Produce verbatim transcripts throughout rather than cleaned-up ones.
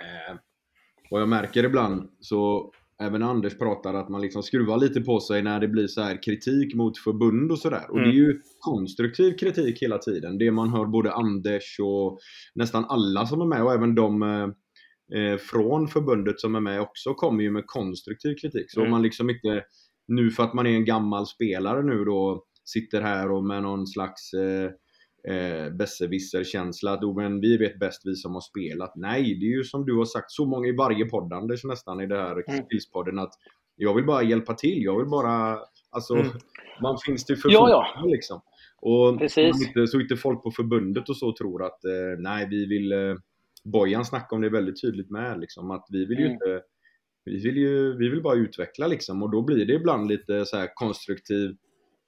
Eh, och jag märker ibland så även Anders pratar att man liksom skruvar lite på sig när det blir så här kritik mot förbund och sådär. Och mm. det är ju konstruktiv kritik hela tiden. Det man hör både Anders och nästan alla som är med och även de eh, från förbundet som är med också kommer ju med konstruktiv kritik. Så mm. man liksom inte, nu för att man är en gammal spelare nu då, sitter här och med någon slags eh, eh, besserwisser-känsla att oh, men vi vet bäst, vi som har spelat. Nej, det är ju som du har sagt så många i varje podd, Anders, nästan i det här mm. Skillspodden, att jag vill bara hjälpa till. Jag vill bara, alltså mm. man finns till förfogande ja, ja. liksom. Och inte, så inte folk på förbundet och så tror att eh, nej, vi vill eh, Bojan snacka om det väldigt tydligt med liksom, att vi vill ju mm. inte vi vill ju vi vill bara utveckla liksom, och då blir det ibland lite så här konstruktiv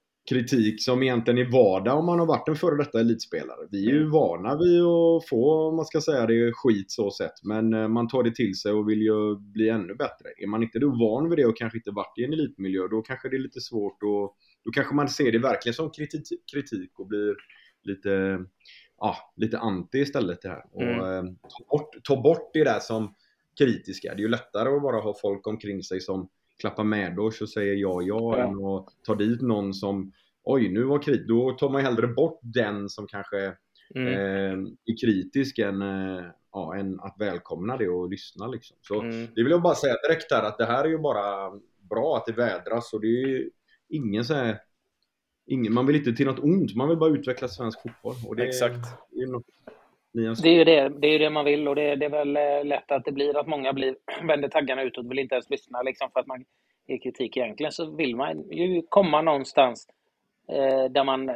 kritik som egentligen är vardag om man har varit en före detta elitspelare. Vi är ju vana vid att få, om man ska säga det, skit så sett, men man tar det till sig och vill ju bli ännu bättre. Är man inte då van vid det och kanske inte varit i en elitmiljö, då kanske det är lite svårt, och då kanske man ser det verkligen som kritik, kritik och blir lite ja, lite anti istället det här. Och mm. ta, bort, ta bort det där som kritiska. Det är ju lättare att bara ha folk omkring sig som klappar med oss och säger ja, ja, ja. än att ta dit någon som oj, nu var kritisk. Då tar man hellre bort den som kanske mm. eh, är kritisk än, eh, ja, än att välkomna det och lyssna liksom. Så mm. det vill jag bara säga direkt här, att det här är ju bara bra att det vädras, och det är ju ingen så här, ingen, man vill inte till något ont, man vill bara utveckla svensk fotboll, och det exakt. Är, är något, det är ju det, det är ju det man vill, och det, det är väl lätt att det blir att många blir, vänder taggarna utåt och vill inte ens lyssna liksom, för att man ger kritik. Egentligen så vill man ju komma någonstans eh, där man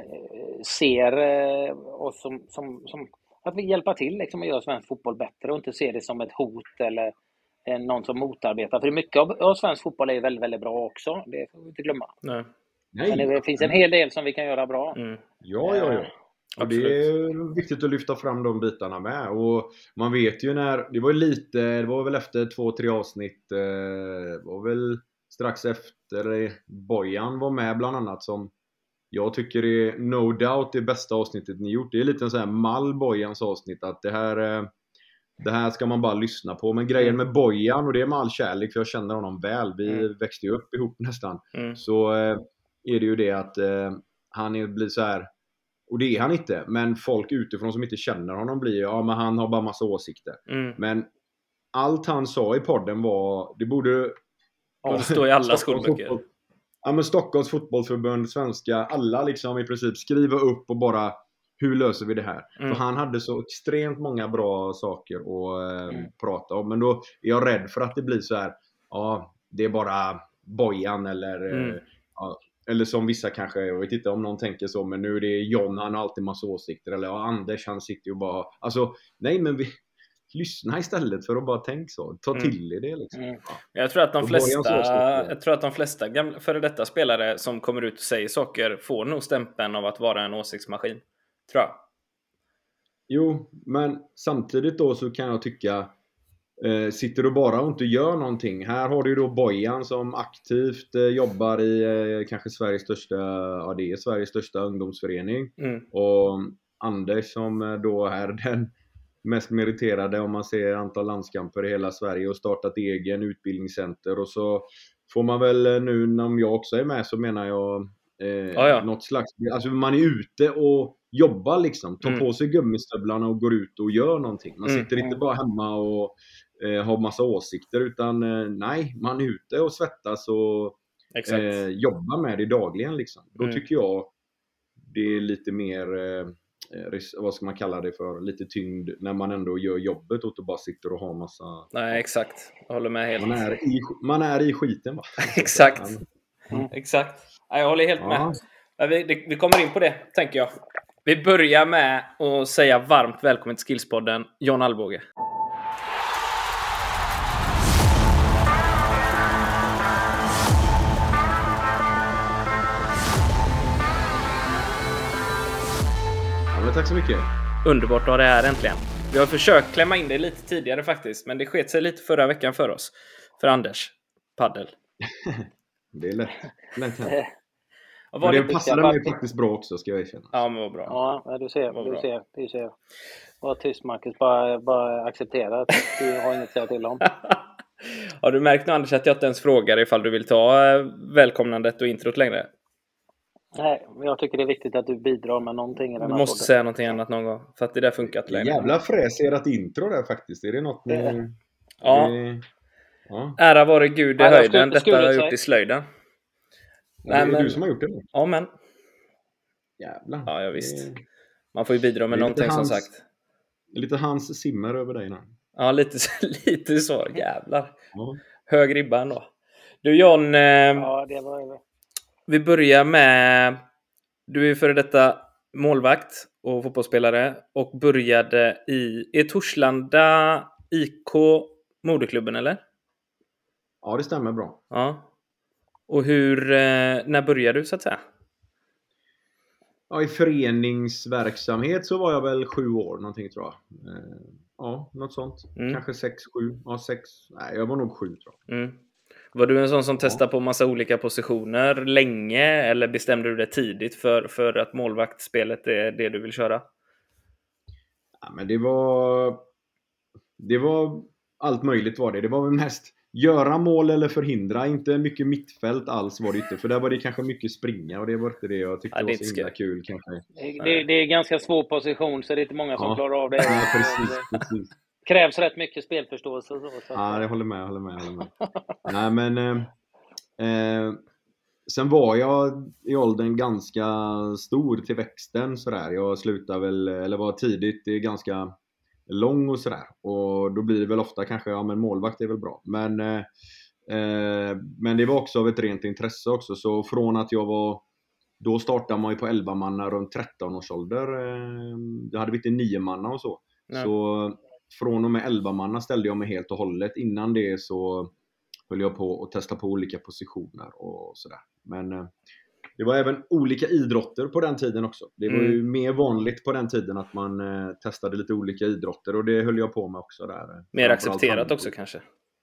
ser eh, oss som, som, som att vi hjälper till liksom, att göra svensk fotboll bättre, och inte se det som ett hot eller eh, någon som motarbetar. För mycket av, av svensk fotboll är väldigt, väldigt bra också, det får vi inte glömma. Nej. Men det finns en hel del som vi kan göra bra. Mm. Ja, ja, ja. Och det är viktigt att lyfta fram de bitarna med. Och man vet ju när, det var lite, det var väl efter två, tre avsnitt, eh, var väl strax efter Bojan var med bland annat, som jag tycker är no doubt det bästa avsnittet ni gjort. Det är lite en sån här mall Bojans avsnitt, att det här, eh, det här ska man bara lyssna på. Men grejen med Bojan, och det är med all kärlek för jag känner honom väl, vi mm. växte ju upp ihop nästan, mm. så eh, är det ju det att eh, han är, blir så här. Och det är han inte, men folk utifrån som inte känner honom blir ja, men han har bara massa åsikter. Mm. Men allt han sa i podden var, det borde ja, det står i alla skolböcker. Fotboll, ja, men Stockholms fotbollsförbund, svenska, alla liksom i princip skriva upp och bara, hur löser vi det här? Mm. För han hade så extremt många bra saker att eh, mm. prata om. Men då är jag rädd för att det blir så här, ja, det är bara Bojan eller mm. eh, ja, eller som vissa kanske, jag vet inte om någon tänker så, men nu är det John, han har alltid massa åsikter. Eller ja, Anders, han sitter ju bara, alltså, nej men vi lyssna istället för att bara tänka så. Ta till i det liksom. Mm. Ja. Jag tror att de flesta, jag tror att de flesta gamla, före detta spelare som kommer ut och säger saker får nog stämpeln av att vara en åsiktsmaskin. Tror jag. Jo, men samtidigt då så kan jag tycka, Eh, sitter du bara och inte gör någonting. Här har du ju då Bojan som aktivt eh, jobbar i eh, kanske Sveriges största, ja det är Sveriges största ungdomsförening. Mm. Och Anders som eh, då är den mest meriterade om man ser antal landskamper i hela Sverige och startat egen utbildningscenter. Och så får man väl eh, nu, om jag också är med, så menar jag eh, ah, ja. något slags, alltså man är ute och jobbar liksom, tar mm. på sig gummistövlarna och går ut och gör någonting. Man sitter mm. inte bara hemma och eh, har massa åsikter, utan eh, nej, man är ute och svettas och eh, jobbar med det dagligen liksom. Då mm. tycker jag det är lite mer eh, vad ska man kalla det för, lite tyngd när man ändå gör jobbet och inte bara sitter och har massa. Nej, exakt. Jag håller med helt. Man är i, man är i skiten va? Exakt. Mm. Exakt. Jag håller helt med. Ja. Vi, vi kommer in på det, tänker jag. Vi börjar med att säga varmt välkommen till Skillspodden, John Alvbåge. Ja, men tack så mycket. Underbart att ha det här äntligen. Vi har försökt klämma in det lite tidigare faktiskt, men det sket sig lite förra veckan för oss. För Anders, paddel. Det är lätt. lätt här. Men det passade mig faktiskt bra också, ska jag erkänna. Ja, men vad bra. Ja, du ser, du ser, du ser. Var tyst, Marcus. Bara, bara acceptera att du har inget att säga till om. Har du märkt nu, Anders, att jag inte ens frågar ifall du vill ta välkomnandet och introt längre? Nej, men jag tycker det är viktigt att du bidrar med någonting i den här Du måste podden. säga någonting annat någon gång. För att det där funkar inte längre. Jävla fräserat intro där faktiskt. Är det något ni... Det... Ja. Det... ja. Ära vare Gud i Nej, höjden. skulle, skulle Detta har jag säga. gjort i slöjden. Nej, det är men... du som har gjort det nu. Ja, men. Jävlar. Ja, ja visst. Det... Man får ju bidra med någonting hans... som sagt. Lite Hans Zimmer över dig nu. Ja, lite, lite så. Jävlar. Ja. Hög ribba ändå. Du John. Eh... Ja, det var... Vi börjar med... Du är ju före detta målvakt och fotbollsspelare. Och började i... Är Torslanda I K moderklubben, eller? Ja, det stämmer bra. Ja. Och hur... Eh, när började du, så att säga? Ja, i föreningsverksamhet så var jag väl sju år någonting, tror jag. Eh, ja, något sånt. Mm. Kanske sex, sju. Ja, sex. Nej, jag var nog sju, tror jag. Mm. Var du en sån som Ja. testade på massa olika positioner länge? Eller bestämde du det tidigt för, för att målvaktsspelet är det du vill köra? Ja, men det var... Det var... Allt möjligt var det. Det var väl mest... Göra mål eller förhindra. Inte mycket mittfält alls var det inte. För där var det kanske mycket springa. Och det var inte det jag tyckte Ja, det var är så inte himla skoj. kul kanske. Det, det är ganska svår position, så det är inte många som Ja. klarar av det. Ja, precis, precis. Krävs rätt mycket spelförståelse och så. så Ja, jag håller med, jag håller med, jag håller med. Nej, men... Eh, eh, sen var jag i åldern ganska stor till växten sådär. Jag slutade väl, eller var tidigt, det är ganska lång och sådär. Och då blir det väl ofta kanske, ja men målvakt är väl bra. Men, eh, eh, men det var också av ett rent intresse också. Så från att jag var, då startade man ju på elva manna runt tretton års ålder. Eh, då hade vi inte nio manna och så. Nej. Så från och med elva manna ställde jag mig helt och hållet. Innan det så höll jag på att testa på olika positioner och sådär. Men eh, det var även olika idrotter på den tiden också. Det var ju Mm. mer vanligt på den tiden att man eh, testade lite olika idrotter. Och det höll jag på med också där. Mer Framförallt accepterat handboll. också kanske?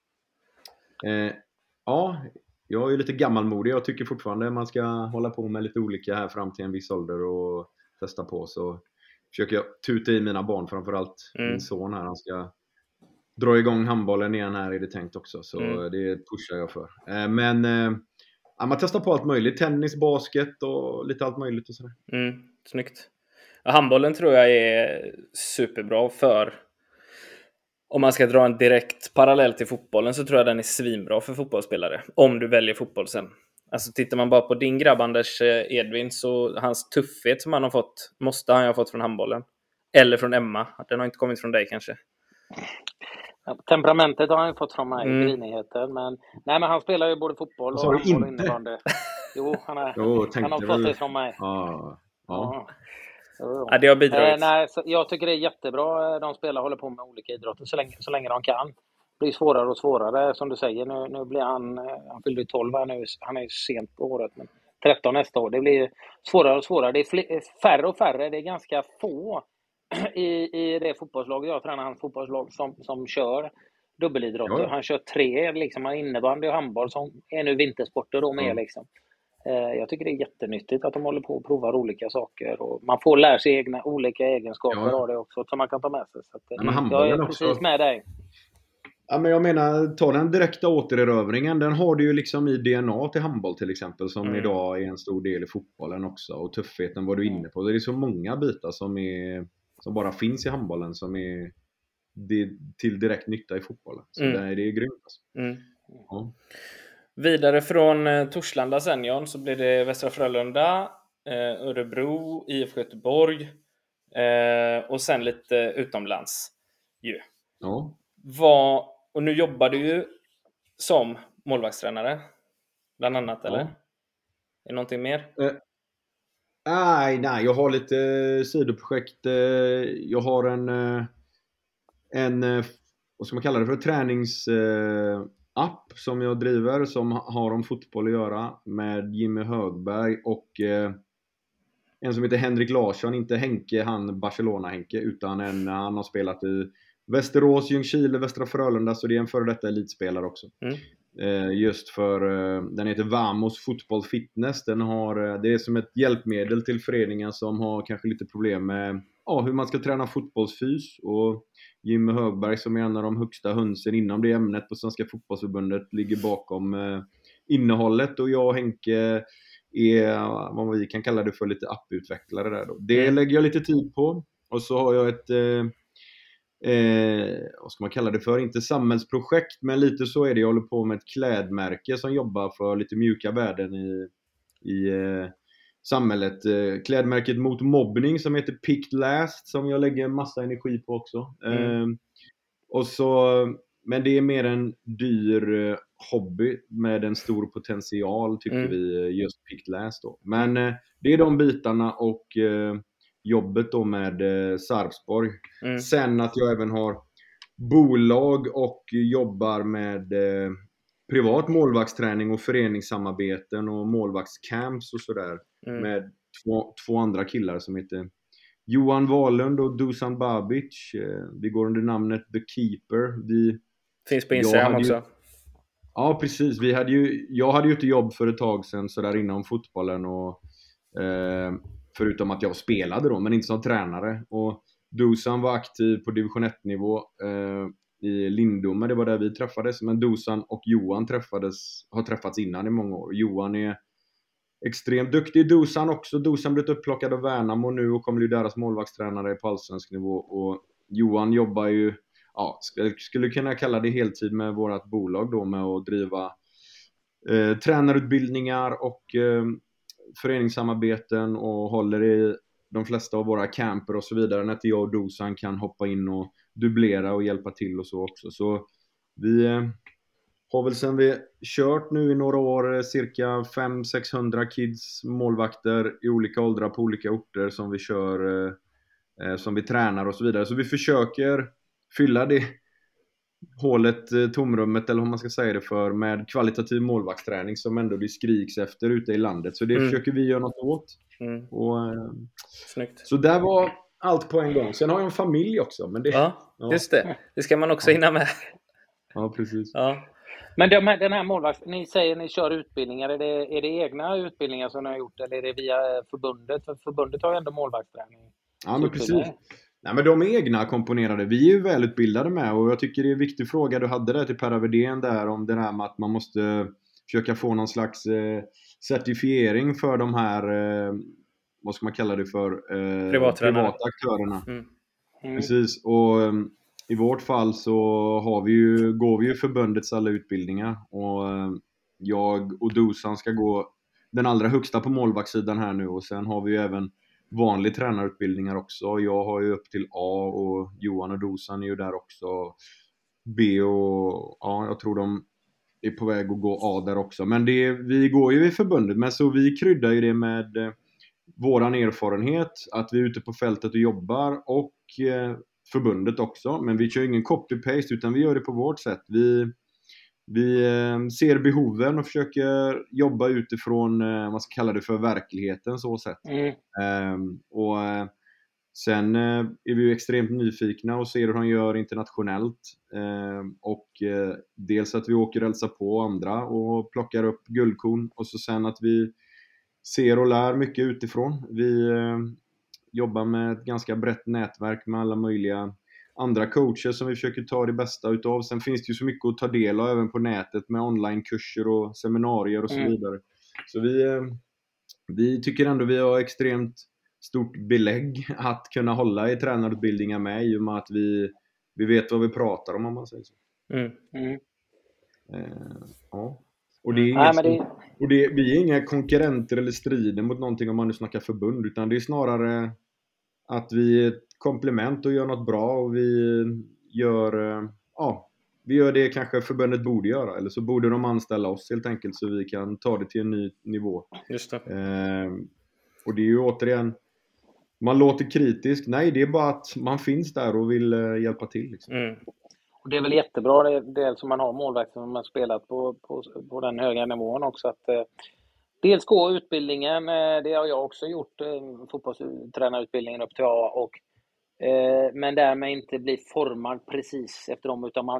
Eh, ja, jag är ju lite gammalmodig. Jag tycker fortfarande man ska hålla på med lite olika här fram till en viss ålder och testa på. Så försöker jag tuta i mina barn, framförallt Mm. min son här. Han ska dra igång handbollen igen här, är det tänkt också. Så Mm. det pushar jag för. Eh, men eh, ja, man testar på allt möjligt. Tennis, basket och lite allt möjligt och sådär. Mm, snyggt. Ja, handbollen tror jag är superbra för... Om man ska dra en direkt parallell till fotbollen så tror jag den är svinbra för fotbollsspelare. Om du väljer fotboll sen. Alltså tittar man bara på din grabb Anders eh, Edvin, så hans tuffhet som han har fått måste han ju ha fått från handbollen. Eller från Emma. Den har inte kommit från dig kanske. Ja, temperamentet har han ju fått från mig, Mm. grinigheten. Men, nej, men han spelar ju både fotboll och Sa du handboll och inte? innebandy. Jo, han, är, Jo, tänkte han har fått väl- det från mig. Ja, ja. Ja. Jo, Ja, det har Eh, bidragit. nej, så jag tycker det är jättebra. De spelar håller på med olika idrotter så länge, så länge de kan. Det blir svårare och svårare, som du säger. Nu, nu blir han, eh, han fyllde tolv här nu. Han är ju sent på året, men tretton nästa år. Det blir svårare och svårare. Det är fl- färre och färre. Det är ganska få i, i det fotbollslag. Jag tränar hans fotbollslag som, som kör dubbelidrotter. Ja. Han kör tre, liksom, han innebandy och handboll som är nu vintersporter då med. Mm. Liksom. Eh, Jag tycker det är jättenyttigt att de håller på och provar olika saker. Och man får lära sig egna, olika egenskaper Ja. av det också som man kan ta med sig. Så att, eh, men jag handbollen är också. precis med dig. Ja, men jag menar, ta den direkta återerövringen. Den har du ju liksom i D N A till handboll till exempel. Som Mm. idag är en stor del i fotbollen också. Och tuffheten var du inne på. Det är så många bitar som, är, som bara finns i handbollen. Som är det, till direkt nytta i fotbollen. Så Mm. det, är- det är grymt alltså. Mm. Ja. Vidare från eh, Torslanda sen, Jan, så blir det Västra Frölunda, eh, Örebro, I F K Göteborg eh, och sen lite utomlands. Ju. Ja. Vad, och nu jobbar du ju som målvaktstränare, bland annat, eller? Ja. Är det någonting mer? Nej, nej, jag har lite eh, sidoprojekt. eh, Jag har en, eh, en eh, vad ska man kalla det för, träningsapp som jag driver som har om fotboll att göra med Jimmy Högberg och eh, en som heter Henrik Larsson, inte Henke, han Barcelona-Henke, utan en, han har spelat i Västerås, Ljungskile, Västra Frölunda, så det är en före detta elitspelare också. Mm. Just för, den heter Vamos Football Fitness. Den har, det är som ett hjälpmedel till föreningar som har kanske lite problem med ja, hur man ska träna fotbollsfys. Och Jimmy Högberg, som är en av de högsta hönsen inom det ämnet på Svenska Fotbollsförbundet, ligger bakom eh, innehållet. Och jag och Henke är vad vi kan kalla det för lite apputvecklare där då. Det Mm. lägger jag lite tid på. Och så har jag ett eh, Eh, vad ska man kalla det för, inte samhällsprojekt, men lite så är det. Jag håller på med ett klädmärke som jobbar för lite mjuka värden i, i eh, samhället. Eh, klädmärket mot mobbning som heter Picked Last, som jag lägger en massa energi på också. Mm. Eh, och så, men det är mer en dyr eh, hobby med en stor potential, tycker Mm. vi, just Picked Last då. Men eh, det är de bitarna och eh, jobbet då med eh, Sarpsborg. Mm. Sen att jag även har bolag och jobbar med eh, privat målvaktsträning och föreningssamarbeten och målvaktscamps och sådär. Mm. Med två, två andra killar som heter Johan Wahlund och Dusan Babic. Eh, vi går under namnet The Keeper. Vi, Finns på Instagram också. Ju, ja, precis. Vi hade ju, jag hade ju ett jobb för ett tag sedan sådär inom fotbollen och eh, förutom att jag spelade då, men inte som tränare. Och Dusan var aktiv på division ett-nivå eh, i Lindome, det var där vi träffades. Men Dusan och Johan träffades, har träffats innan i många år. Johan är extremt duktig. Dusan också. Dusan blivit upplockad av Värnamo nu och kommer bli deras målvaktstränare på allsvensk nivå. Och Johan jobbar ju, ja, skulle, skulle kunna kalla det heltid med vårat bolag då, med att driva eh, tränarutbildningar och eh, föreningssamarbeten och håller i de flesta av våra camper och så vidare, när jag och Dusan kan hoppa in och dubblera och hjälpa till och så också. Så vi eh, har väl sen vi kört nu i några år cirka fem till sexhundra kids, målvakter i olika åldrar på olika orter som vi kör eh, som vi tränar och så vidare. Så vi försöker fylla det hålet, eh, tomrummet eller vad man ska säga det för, med kvalitativ målvaktsträning som ändå det skriks efter ute i landet. Så det Mm. försöker vi göra något åt. Mm. Och, eh, Snyggt. så där var allt på en gång. Sen har jag en familj också. Men det, Ja, ja. just det. Det ska man också hinna med. Ja, precis. Ja. Men de här, den här målvakts, ni säger ni kör utbildningar, är det, är det egna utbildningar som ni har gjort eller är det via förbundet? För förbundet har ju ändå målvaktsträning. Ja, men precis. Nej, men de är egna komponerade. Vi är ju välutbildade med, och jag tycker det är en viktig fråga du hade där till Per Avedén där om det här med att man måste försöka få någon slags eh, certifiering för de här eh, vad ska man kalla det för eh, privata aktörerna. Mm. Mm. Precis, och eh, i vårt fall så har vi ju, går vi ju förbundets alla utbildningar, och eh, jag och Dusan ska gå den allra högsta på målvaktssidan här nu, och sen har vi ju även vanlig tränarutbildningar också. Jag har ju upp till A och Johan och Dusan är ju där också. B och ja, jag tror de är på väg att gå A där också. Men det, vi går ju i förbundet, men så vi kryddar ju det med eh, våran erfarenhet, att vi är ute på fältet och jobbar, och eh, förbundet också. Men vi kör ingen copy-paste utan vi gör det på vårt sätt. Vi, vi eh, ser behoven och försöker jobba utifrån eh, vad ska kalla det för verkligheten så sätt. Mm. Eh, och eh, sen eh, är vi ju extremt nyfikna och ser hur de gör internationellt. Eh, och eh, dels att vi åker och hälsar på andra och plockar upp guldkorn, och så sen att vi ser och lär mycket utifrån. Vi eh, jobbar med ett ganska brett nätverk med alla möjliga andra coacher som vi försöker ta det bästa utav. Sen finns det ju så mycket att ta del av även på nätet med onlinekurser och seminarier och så Mm. vidare. Så vi, eh, vi tycker ändå vi har extremt stort belägg att kunna hålla i tränarutbildningar med, i och med att vi, vi vet vad vi pratar om, om man säger så. Mm. Mm. Eh, ja. Och det är Nej, inget men det... som, och det, vi är inga konkurrenter eller strider mot någonting om man nu snackar förbund, utan det är snarare att vi är ett komplement och gör något bra, och vi gör, eh, ja, vi gör det kanske förbundet borde göra, eller så borde de anställa oss helt enkelt så vi kan ta det till en ny nivå. Just det. Eh, och det är ju återigen, man låter kritisk, nej det är bara att man finns där och vill eh, hjälpa till liksom. Mm. Och det är väl jättebra det, det som man har målvakt som man spelat på, på, på den höga nivån också. Att, eh, dels gå utbildningen, eh, det har jag också gjort, eh, fotbollstränarutbildningen upp till A. Och, eh, men därmed inte bli formad precis efter dem, utan man,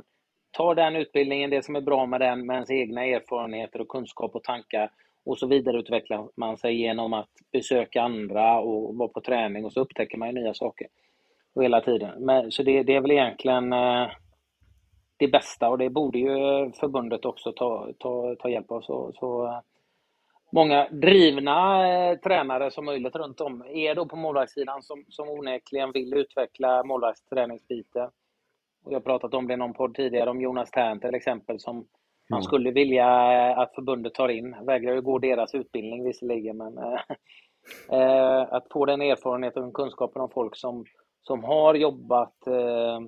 tar den utbildningen, det som är bra med den, med ens egna erfarenheter och kunskap och tankar, och så vidareutvecklar man sig genom att besöka andra och vara på träning, och så upptäcker man ju nya saker och hela tiden. Men, så det, det är väl egentligen eh, det bästa, och det borde ju förbundet också ta, ta, ta hjälp av. Så, så eh, många drivna eh, tränare som möjligt runt om är då på målvaktssidan som, som onekligen vill utveckla målvaktsträningsbiten. Och jag har pratat om det i någon podd tidigare om Jonas Tern till exempel, som mm. man skulle vilja att förbundet tar in. Vägrar ju gå deras utbildning visserligen, men eh, att få den erfarenheten och kunskapen om folk som, som har jobbat eh,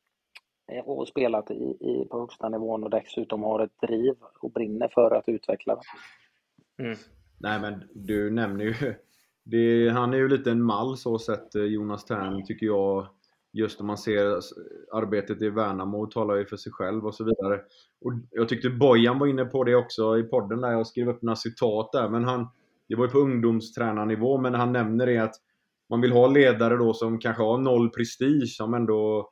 och spelat i, i, på högsta nivån, och dessutom har ett driv och brinner för att utveckla det. Mm. Nej, men du nämner ju det, han är ju lite en mall så sett, Jonas Tern, tycker jag. Just om man ser arbetet i Värnamo talar ju för sig själv och så vidare. Och jag tyckte Bojan var inne på det också i podden där jag skrev upp några citat där, men han, det var ju på ungdomstränarnivå, men han nämner det att man vill ha ledare då som kanske har noll prestige, som ändå,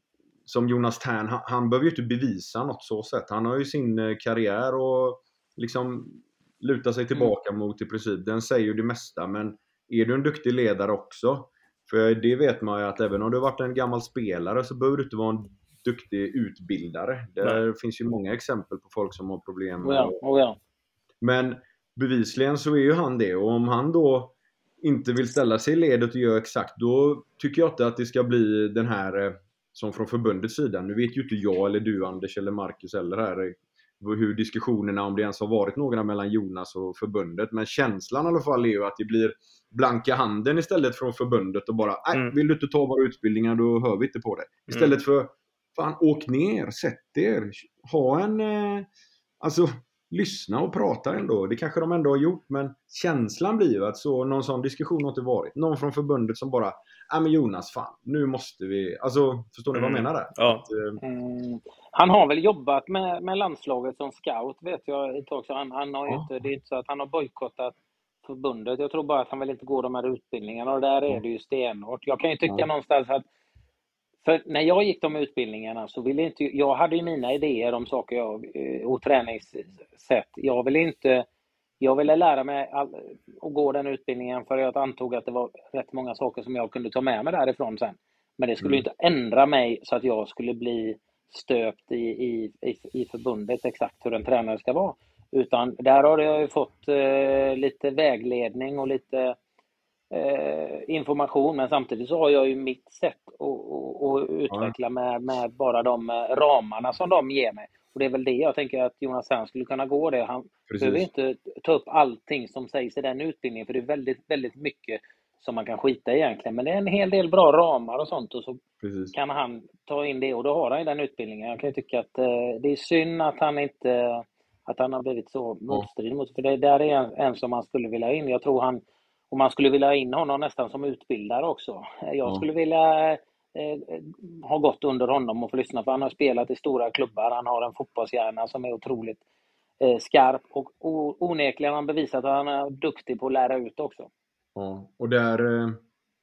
som Jonas Tern, han, han behöver ju inte bevisa något så sätt. Han har ju sin karriär och liksom luta sig tillbaka mm. mot i princip. Den säger ju det mesta, men är du en duktig ledare också? För det vet man ju att även om du har varit en gammal spelare så behöver du inte vara en duktig utbildare. Det Nej. finns ju många exempel på folk som har problem. Oh ja, oh ja. Men bevisligen så är ju han det. Och om han då inte vill ställa sig i ledet och göra exakt, då tycker jag inte att det ska bli den här som från förbundets sida. Nu vet ju inte jag eller du, Anders eller Marcus eller här hur diskussionerna, om det ens har varit några mellan Jonas och förbundet, men känslan i alla fall är ju att det blir blanka handen istället från förbundet och bara, nej, mm. vill du inte ta våra utbildningar, då hör vi inte på det. Istället mm. för, fan, åk ner, sätt er, ha en eh, alltså, lyssna och prata ändå. Det kanske de ändå har gjort, men känslan blir ju att så, någon sån diskussion har inte varit. Någon från förbundet som bara, nej men Jonas, fan, nu måste vi, alltså, förstår ni mm. vad jag menar där? Ja. Att, eh, mm. Han har väl jobbat med, med landslaget som scout, vet jag ett tag, så han, han har ja. inte, det är inte så att han har bojkottat förbundet. Jag tror bara att han vill inte gå de här utbildningarna, och där är det ju stenhårt. Jag kan ju tycka ja. någonstans att, för när jag gick de utbildningarna så ville inte, jag hade ju mina idéer om saker jag, och träningssätt. Jag ville inte, jag ville lära mig all, att gå den utbildningen, för jag antog att det var rätt många saker som jag kunde ta med mig därifrån sen. Men det skulle mm. inte ändra mig så att jag skulle bli stöpt i, i, i, i förbundet exakt hur en tränare ska vara. Utan där har jag ju fått eh, lite vägledning och lite eh, information, men samtidigt så har jag ju mitt sätt att, att utveckla med, med bara de ramarna som de ger mig. Och det är väl det jag tänker att Jonas Tern skulle kunna gå det. Han Precis. behöver inte ta upp allting som sägs i den utbildningen, för det är väldigt, väldigt mycket som man kan skita i egentligen. Men det är en hel del bra ramar och sånt, och så Precis. kan han ta in det, och då har han i den utbildningen. Jag kan ju tycka att eh, det är synd att han inte att han har blivit så motstridig mot, för det där är en, en som man skulle vilja in. Jag tror han, om man skulle vilja in honom nästan som utbildare också. Jag ja. skulle vilja eh, ha gått under honom och få lyssna, för han har spelat i stora klubbar. Han har en fotbollshjärna som är otroligt eh, skarp, och o, onekligen har han bevisat att han är duktig på att lära ut också. Ja, och där eh,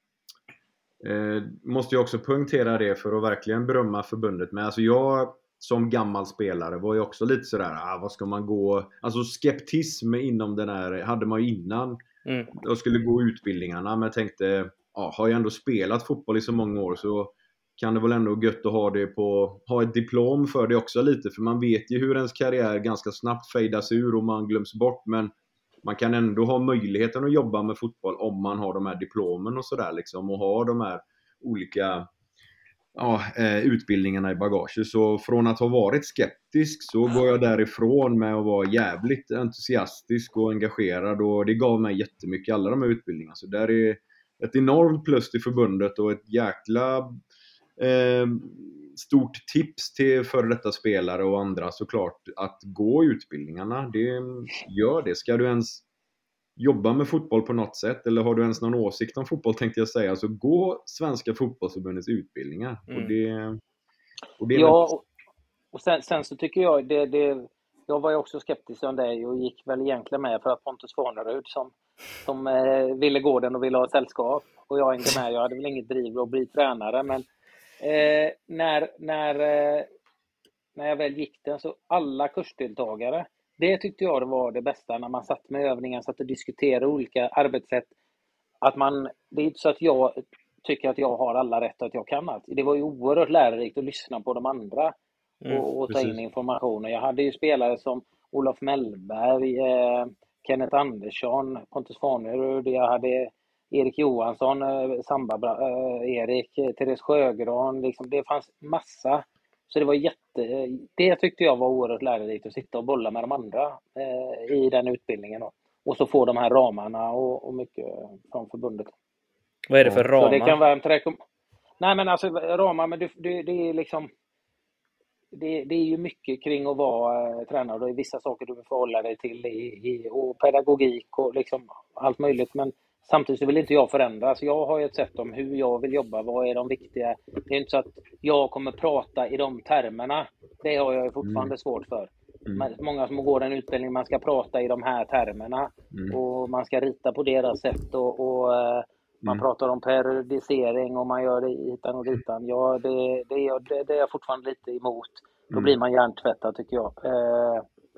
eh, måste jag också punktera det för att verkligen berömma förbundet. Men alltså jag som gammal spelare var ju också lite sådär, ah, vad ska man gå? Alltså skeptism inom den här hade man ju innan. Mm. Jag skulle gå utbildningarna, men jag tänkte, ja, har jag ändå spelat fotboll i så många år så kan det väl ändå gött att ha det på, ha ett diplom för det också lite. För man vet ju hur ens karriär ganska snabbt fejdas ur och man glöms bort, men man kan ändå ha möjligheten att jobba med fotboll om man har de här diplomen och sådär liksom, och har de här olika ja, eh, utbildningarna i bagaget. Så från att ha varit skeptisk så går jag därifrån med att vara jävligt entusiastisk och engagerad, och det gav mig jättemycket alla de här utbildningarna. Så där är ett enormt plus till förbundet och ett jäkla eh, stort tips till före detta spelare och andra såklart att gå utbildningarna. Det gör det. Ska du ens jobba med fotboll på något sätt, eller har du ens någon åsikt om fotboll, tänkte jag säga, så gå Svenska fotbollsförbundets utbildningar. Mm. Och det, och det är ja, och, och sen, sen så tycker jag det, det, jag var ju också skeptisk om det och gick väl egentligen med för att Pontus Farnerud som, som eh, ville gå den och ville ha ett sällskap, och jag hängde med. Jag hade väl inget driv att bli tränare, men eh, när, när eh, när jag väl gick den, så alla kursdeltagare, det tyckte jag det var det bästa när man satt med övningar, satt och diskuterade olika arbetssätt. Att man, det är inte så att jag tycker att jag har alla rätt och att jag kan allt. Det var ju oerhört lärorikt att lyssna på de andra Mm, och, och ta precis. in information. Och jag hade ju spelare som Olof Mellberg, eh, Kenneth Andersson, Pontus Farnerud, jag hade Erik Johansson, eh, Samba, eh, Erik, eh, Therese Sjögran, liksom, det fanns massa. Så det var jätte, det tyckte jag var oerhört lärorikt att sitta och bolla med de andra eh, i den utbildningen. Då. Och så få de här ramarna och, och mycket från förbundet. Vad är det för Så ramar? det kan varmt rekom- Nej men alltså ramar, men det, det, det är liksom det, det är ju mycket kring att vara eh, tränare. Det är vissa saker du vill förhålla dig till i, i, och pedagogik och liksom allt möjligt. Men samtidigt så vill inte jag förändra. Alltså jag har ju ett sätt om hur jag vill jobba. Vad är de viktiga? Det är inte så att jag kommer prata i de termerna. Det har jag ju fortfarande Mm. svårt för. Mm. Men många som går en utbildning, man ska prata i de här termerna. Mm. Och man ska rita på deras sätt. Och, och eh, man Mm. pratar pratar om periodisering och man gör det hitan och ditan. Ja, det, det, är- det, det är jag fortfarande lite emot. Då Mm. blir man hjärntvättad tycker jag. Eh,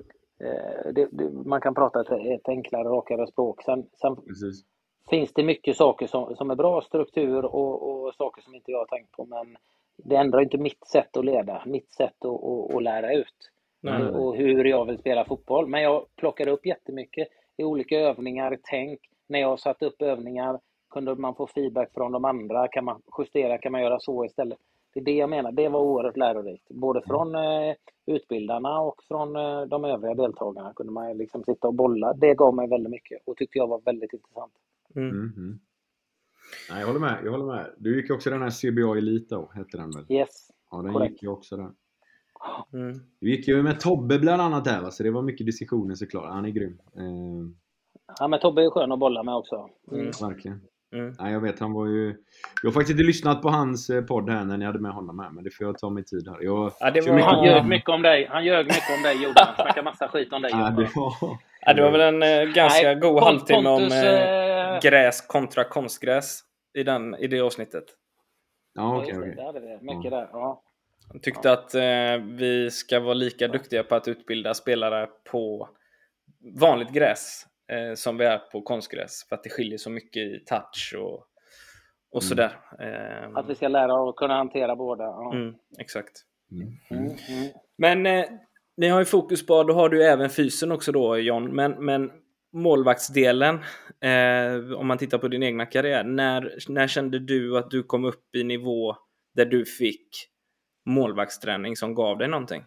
eh, det, det, man kan prata ett, ett enklare, rakare språk. Sen, sen Precis. finns det mycket saker som, som är bra struktur och, och saker som inte jag har tänkt på. Men det ändrar inte mitt sätt att leda, mitt sätt att, att, att lära ut. Nej, nej. Och hur jag vill spela fotboll. Men jag plockade upp jättemycket i olika övningar, tänk. När jag satte upp övningar kunde man få feedback från de andra. Kan man justera, kan man göra så istället? Det är det jag menar, det var oerhört lärorikt. Både från eh, utbildarna och från eh, de övriga deltagarna kunde man liksom sitta och bolla. Det gav mig väldigt mycket och tyckte jag var väldigt intressant. Mm. Mm. Mm. Nej, jag håller med, jag håller med. Du gick också den här C B A Elite då, hette den väl? Yes, Ja, den korrekt. gick ju också där. Mm. Vi gick ju med Tobbe bland annat där, va? Så det var mycket diskussioner såklart. Han är grym. Eh, Ja, men Tobbe är skön att bolla med också. Mm. verkligen. Mm. Nej, jag vet, han var ju... Jag har faktiskt inte lyssnat på hans eh, podd här när ni hade med honom här, men det får jag ta mig tid här. Jag... Ja, det kör var- mycket Han om- ljög mycket om dig. Han ljög mycket om dig, gjorde han. Snackade massa skit om dig. Ja, Jobba. det var... Ja, det var väl en eh, ganska Nej, god Pont- halvtimme om Pontus, eh, eh, gräs kontra konstgräs i, den, i det avsnittet. Ja, Ja, okej, just det. okej. Det hade vi. Mycket Ja. där. Ja. Han tyckte att eh, vi ska vara lika duktiga på att utbilda spelare på vanligt gräs eh, som vi är på konstgräs. För att det skiljer så mycket i touch och, och Mm. sådär. Eh, Att vi ska lära oss att kunna hantera båda. Ja. mm, exakt. Mm. Mm, mm. Men eh, ni har ju fokus på, då har du även fysen också då, John. Men, men målvaktsdelen, eh, om man tittar på din egna karriär. När, när kände du att du kom upp i nivå där du fick målvaktsträning som gav dig någonting?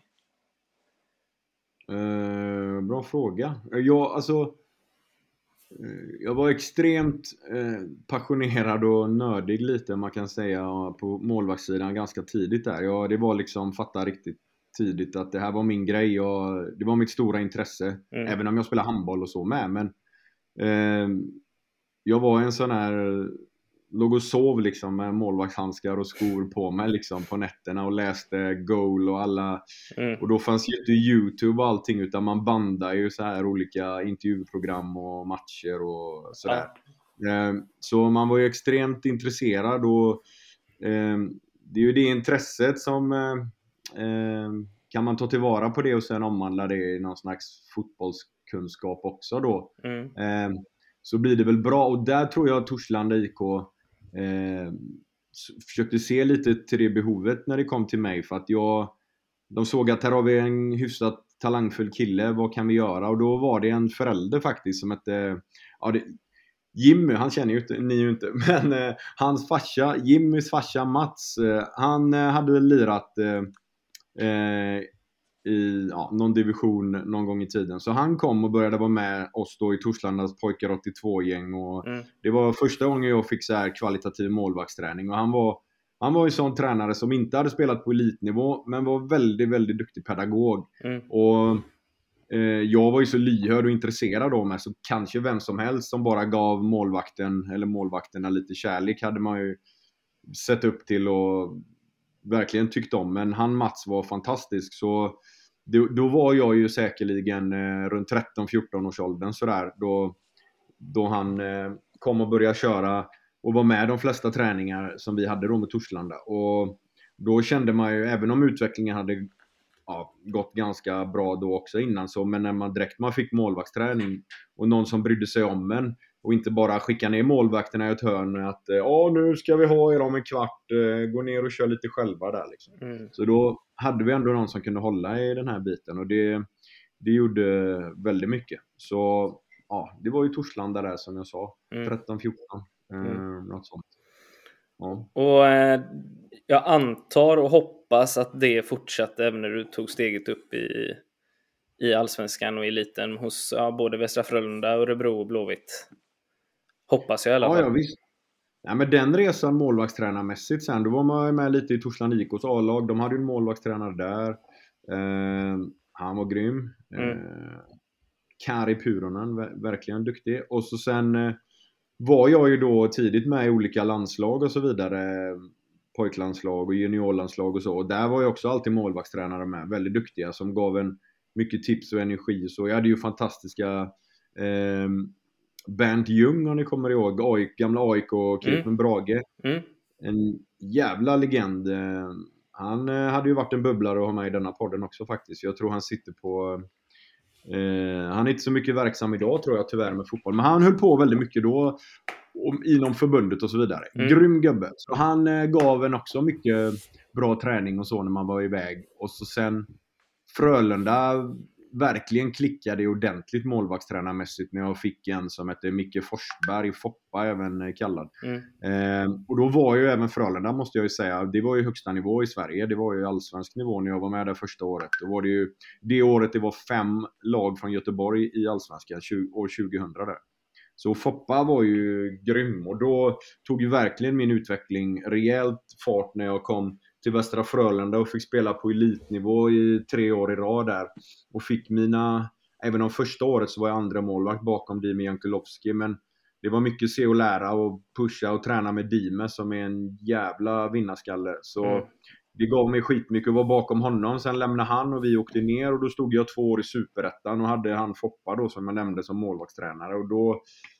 Eh, bra fråga. Jag, alltså, eh, jag var extremt eh, passionerad och nördig lite, man kan säga, på målvaktssidan ganska tidigt där. Jag, det var liksom, fatta riktigt tidigt att det här var min grej. Jag, det var mitt stora intresse. Mm. Även om jag spelar handboll och så med. Men eh, jag var en sån här... Låg och sov liksom med målvaktshandskar och skor på mig liksom på nätterna och läste Goal och alla. Mm. Och då fanns ju inte YouTube och allting, utan man bandade ju så här olika intervjuprogram och matcher och sådär. Eh, så man var ju extremt intresserad och eh, det är ju det intresset som eh, eh, kan man ta tillvara på det och sen omvandla det i någon slags fotbollskunskap också då. Mm. Eh, så blir det väl bra, och där tror jag att Torslanda I K eh, försökte se lite till det behovet när det kom till mig, för att jag, de såg att här har vi en hyfsat talangfull kille, vad kan vi göra? Och då var det en förälder faktiskt som hette, ja, det, Jimmy, han känner ju inte, ni ju inte, men eh, hans farsa, Jimmys farsa Mats, eh, han eh, hade lirat eh, eh, i ja, någon division någon gång i tiden. Så han kom och började vara med oss då i Torslandas pojkar åttiotvå-gäng. Och Mm. det var första gången jag fick så här kvalitativ målvaktsträning. Och han var, han var ju sån tränare som inte hade spelat på elitnivå, men var väldigt, väldigt duktig pedagog. Mm. Och eh, jag var ju så lyhörd och intresserad av mig, så kanske vem som helst som bara gav målvakten eller målvakterna lite kärlek hade man ju sett upp till och verkligen tyckt om. Men han Mats var fantastisk, så då, då var jag ju säkerligen eh, runt tretton fjorton års åldern sådär, då, då han eh, kom och började köra och var med de flesta träningar som vi hade då med Torslanda. Och då kände man ju, även om utvecklingen hade ja, gått ganska bra då också innan så, men när man direkt man fick målvaktsträning och någon som brydde sig om en och inte bara skicka ner målvakterna i ett hörn att ja, nu ska vi ha er om en kvart, gå ner och köra lite själva där liksom. Mm. Så då hade vi ändå någon som kunde hålla i den här biten och det, det gjorde väldigt mycket. Så ja, det var ju Torslanda där som jag sa, mm. tretton fjorton, mm. eh, något sånt. Ja. Och eh, jag antar och hoppas att det fortsatte även när du tog steget upp i, i Allsvenskan och eliten hos ja, både Västra Frölunda, Örebro och Blåvitt. Hoppas jag i alla fall. Ja, ja visst. Ja, men den resan målvaktstränarmässigt sen, då var man med lite i Torslanda I K:s A-lag. De hade ju en målvaktstränare där. Eh, han var grym. Mm. Eh, Kari Puronen, ver- verkligen duktig. Och så sen eh, var jag ju då tidigt med i olika landslag och så vidare. Pojklandslag och juniorlandslag och så. Och där var jag också alltid målvaktstränare med. Väldigt duktiga som gav en mycket tips och energi. Så jag hade ju fantastiska eh, Bernt Ljung, om ni kommer ihåg. A I K, gamla A I K-keepern mm. Brage. Mm. En jävla legend. Han hade ju varit en bubblare att ha med i denna podden också faktiskt. Jag tror han sitter på... Eh, han är inte så mycket verksam idag tror jag tyvärr med fotboll. Men han höll på väldigt mycket då om, inom förbundet och så vidare. Mm. Grym gubbe. Så han eh, gav en också mycket bra träning och så när man var iväg. Och så sen Frölunda verkligen klickade ordentligt målvaktstränarmässigt när jag fick en som hette Micke Forsberg, Foppa även kallad. Mm. Eh, och då var ju även Frölunda, måste jag ju säga, det var ju högsta nivå i Sverige. Det var ju allsvensk nivå när jag var med där första året. Då var det ju, det året det var fem lag från Göteborg i allsvenskan, år tjugohundra där. Så Foppa var ju grym och då tog ju verkligen min utveckling rejält fart när jag kom till Västra Frölunda och fick spela på elitnivå i tre år i rad där. Och fick mina, även om första året så var jag andra målvakt bakom Dime Jankulovski, men det var mycket se och lära och pusha och träna med Dime som är en jävla vinnarskalle. Så mm. det gav mig skitmycket att vara bakom honom. Sen lämnade han och vi åkte ner och då stod jag två år i Superettan och hade han Foppa då som jag nämnde som målvaktstränare och då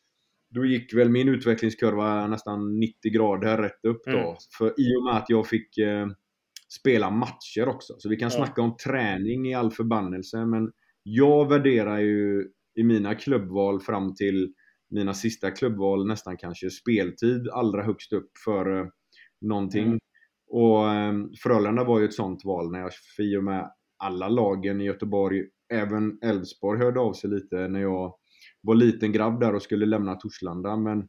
Då gick väl min utvecklingskurva nästan nittio grader rätt upp då. Mm. För i och med att jag fick eh, spela matcher också. Så vi kan ja. snacka om träning i all förbannelse. Men jag värderar ju i mina klubbval fram till mina sista klubbval nästan kanske speltid allra högst upp för eh, någonting. Mm. Och eh, Frölunda var ju ett sånt val när jag i och med alla lagen i Göteborg. Även Elfsborg hörde av sig lite när jag var liten grabb där och skulle lämna Torslanda, men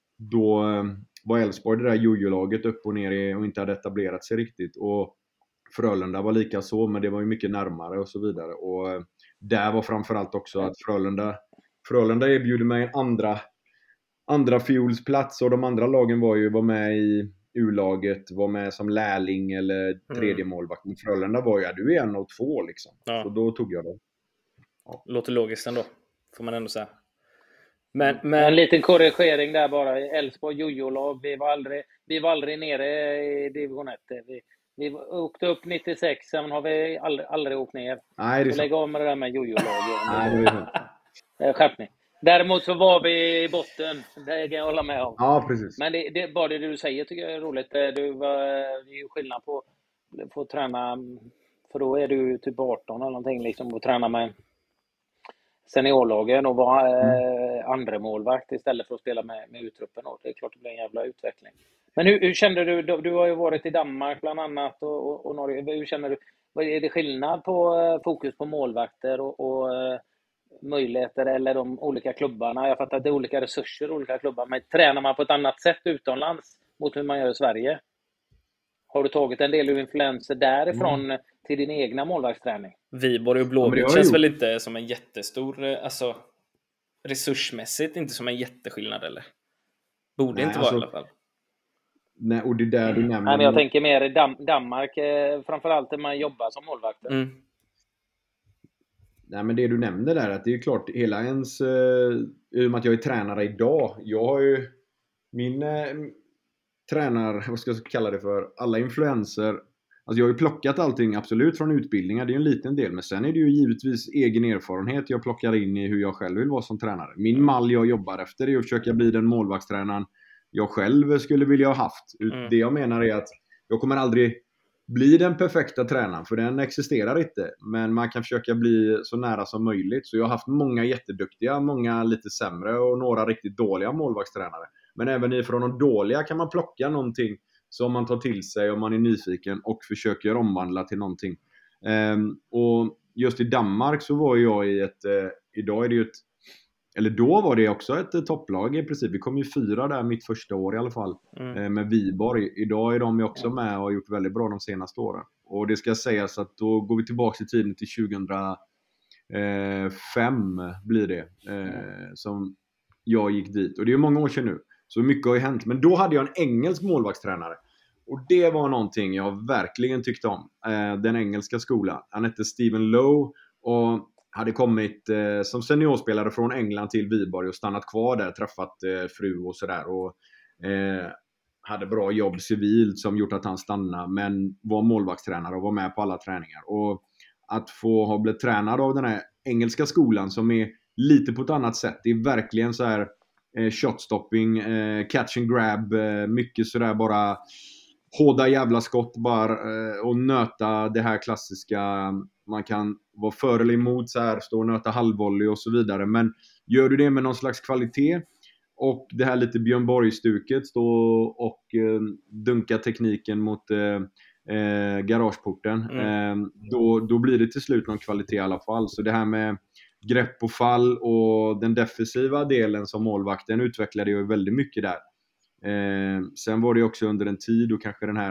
då var Elfsborg det där jojo-laget upp och ner och inte hade etablerat sig riktigt och Frölunda var lika så, men det var ju mycket närmare och så vidare och där var framförallt också att Frölunda Frölunda erbjuder mig en andra andra fjolsplats och de andra lagen var ju var med i U-laget, var med som lärling eller tredje mm. målvakt, men Frölunda var ju, du är en och två liksom, ja. Så då tog jag det. Ja. Låter logiskt ändå, får man ändå säga. Men, men... En liten korrigering där bara. Elfsborg jojo-lag. Vi var aldrig, vi var aldrig nere i division ett. Vi, vi åkte upp nittiosex, sen har vi aldrig, aldrig åkt ner. Nej, det är så. Lägg av med det där med jojo-lag. Nej, det är skärpning. Däremot så var vi i botten. Det kan jag hålla med om. Ja, precis. Men det, det, bara det du säger tycker jag är roligt. Du var, det är ju skillnad på, på att träna. För då är du typ arton eller någonting liksom. Och träna med seniorlagen och vara mm. eh, andra målvakt istället för att spela med, med utruppen. Och det är klart det blir en jävla utveckling. Men hur, hur kände du, du, du har ju varit i Danmark bland annat och, och, och Norge. Hur känner du, är det skillnad på eh, fokus på målvakter och, och eh, möjligheter eller de olika klubbarna? Jag fattar att det är olika resurser, olika klubbar. Men tränar man på ett annat sätt utomlands mot hur man gör i Sverige? Har du tagit en del influenser därifrån mm. till din egna målvaktsträning? Viborg och Blåvitt ja, känns väl inte som en jättestor, alltså resursmässigt inte som en jätteskillnad eller? Borde nej, inte vara alltså, i alla fall. Nej, och det där du nämner. Nej, men jag tänker mer i Dam- Danmark, eh, framförallt när man jobbar som målvakt. Mm. Nej, men det du nämnde där, att det är klart, hela ens, eh, i och med att jag är tränare idag, jag har ju min eh, tränar, vad ska jag kalla det för, alla influenser. Alltså jag har ju plockat allting absolut från utbildningar, det är ju en liten del, men sen är det ju givetvis egen erfarenhet jag plockar in i hur jag själv vill vara som tränare. Min mall jag jobbar efter är att försöka bli den målvaktstränaren jag själv skulle vilja ha haft. Mm. Det jag menar är att jag kommer aldrig bli den perfekta tränaren, för den existerar inte. Men man kan försöka bli så nära som möjligt. Så jag har haft många jätteduktiga, många lite sämre och några riktigt dåliga målvaktstränare. Men även ifrån de dåliga kan man plocka någonting som man tar till sig om man är nyfiken och försöker omvandla till någonting. Um, och just i Danmark så var jag i ett, uh, idag är det ju ett, eller då var det också ett uh, topplag i princip. Vi kom ju fyra där mitt första år i alla fall, mm. uh, med Viborg. Idag är de ju också med och har gjort väldigt bra de senaste åren. Och det ska sägas att då går vi tillbaka i tiden till tjugohundrafem blir det, uh, som jag gick dit. Och det är ju många år sedan nu. Så mycket har ju hänt. Men då hade jag en engelsk målvaktstränare. Och det var någonting jag verkligen tyckte om. Eh, den engelska skolan. Han hette Stephen Lowe och hade kommit eh, som seniorspelare från England till Viborg och stannat kvar där. Träffat eh, fru och sådär. Och eh, hade bra jobb civilt som gjort att han stannade. Men var målvaktstränare och var med på alla träningar. Och att få ha blivit tränad av den här engelska skolan som är lite på ett annat sätt. Det är verkligen så här eh, shotstopping, eh, catch and grab. Eh, mycket sådär bara... hårda jävla skott bara eh, och nöta det här klassiska. Man kan vara för eller emot så här, stå och nöta halvvolley och så vidare. Men gör du det med någon slags kvalitet och det här lite Björn Borg-stuket, stå och eh, dunka tekniken mot eh, eh, garageporten, mm. eh, då, då blir det till slut någon kvalitet i alla fall. Så det här med grepp och fall och den defensiva delen som målvakten utvecklade ju väldigt mycket där. Eh, sen var det också under en tid och kanske den här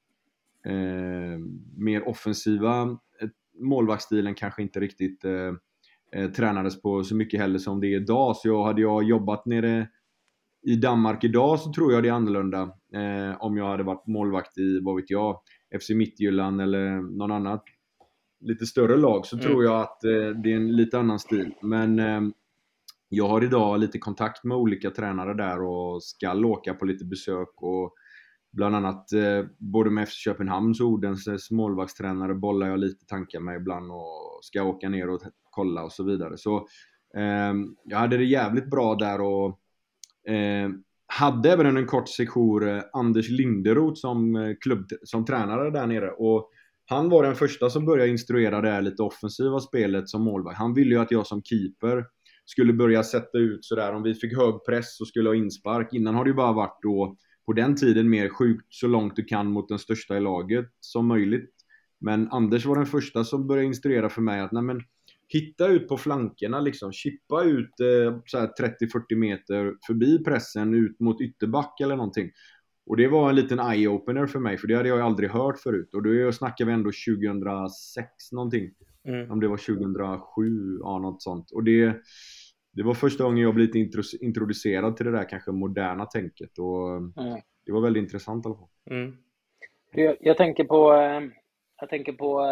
eh, mer offensiva eh, målvaktsstilen kanske inte riktigt eh, eh, tränades på så mycket heller som det är idag. Så jag, hade jag jobbat nere i Danmark idag så tror jag det är annorlunda eh, om jag hade varit målvakt i, vad vet jag, F C Midtjylland eller någon annat lite större lag, så mm. tror jag att eh, det är en lite annan stil. Men eh, jag har idag lite kontakt med olika tränare där och ska åka på lite besök och bland annat eh, både med F C Köpenhamns och Odenses målvaktstränare bollar jag lite tankar med ibland och ska åka ner och kolla och så vidare. Så eh, jag hade det jävligt bra där och eh, hade även en kort sektion eh, Anders Linderoth som, eh, klubb, som tränare där nere, och han var den första som började instruera det här lite offensiva spelet som målvakt. Han ville ju att jag som keeper skulle börja sätta ut sådär, om vi fick hög press så skulle jag ha inspark. Innan har det ju bara varit då på den tiden mer sjukt så långt du kan mot den största i laget som möjligt. Men Anders var den första som började instruera för mig att nej men, hitta ut på flankerna liksom, chippa ut eh, så här trettio till fyrtio meter förbi pressen ut mot ytterback eller någonting. Och det var en liten eye-opener för mig, för det hade jag aldrig hört förut. Och då snackar vi ändå tjugohundrasex någonting. Mm. Om det var tjugohundrasju, ja något sånt. Och det, det var första gången jag blivit intro- introducerad till det där kanske moderna tänket. Och mm. det var väldigt intressant i alla fall. Mm. Jag, jag tänker på, jag tänker på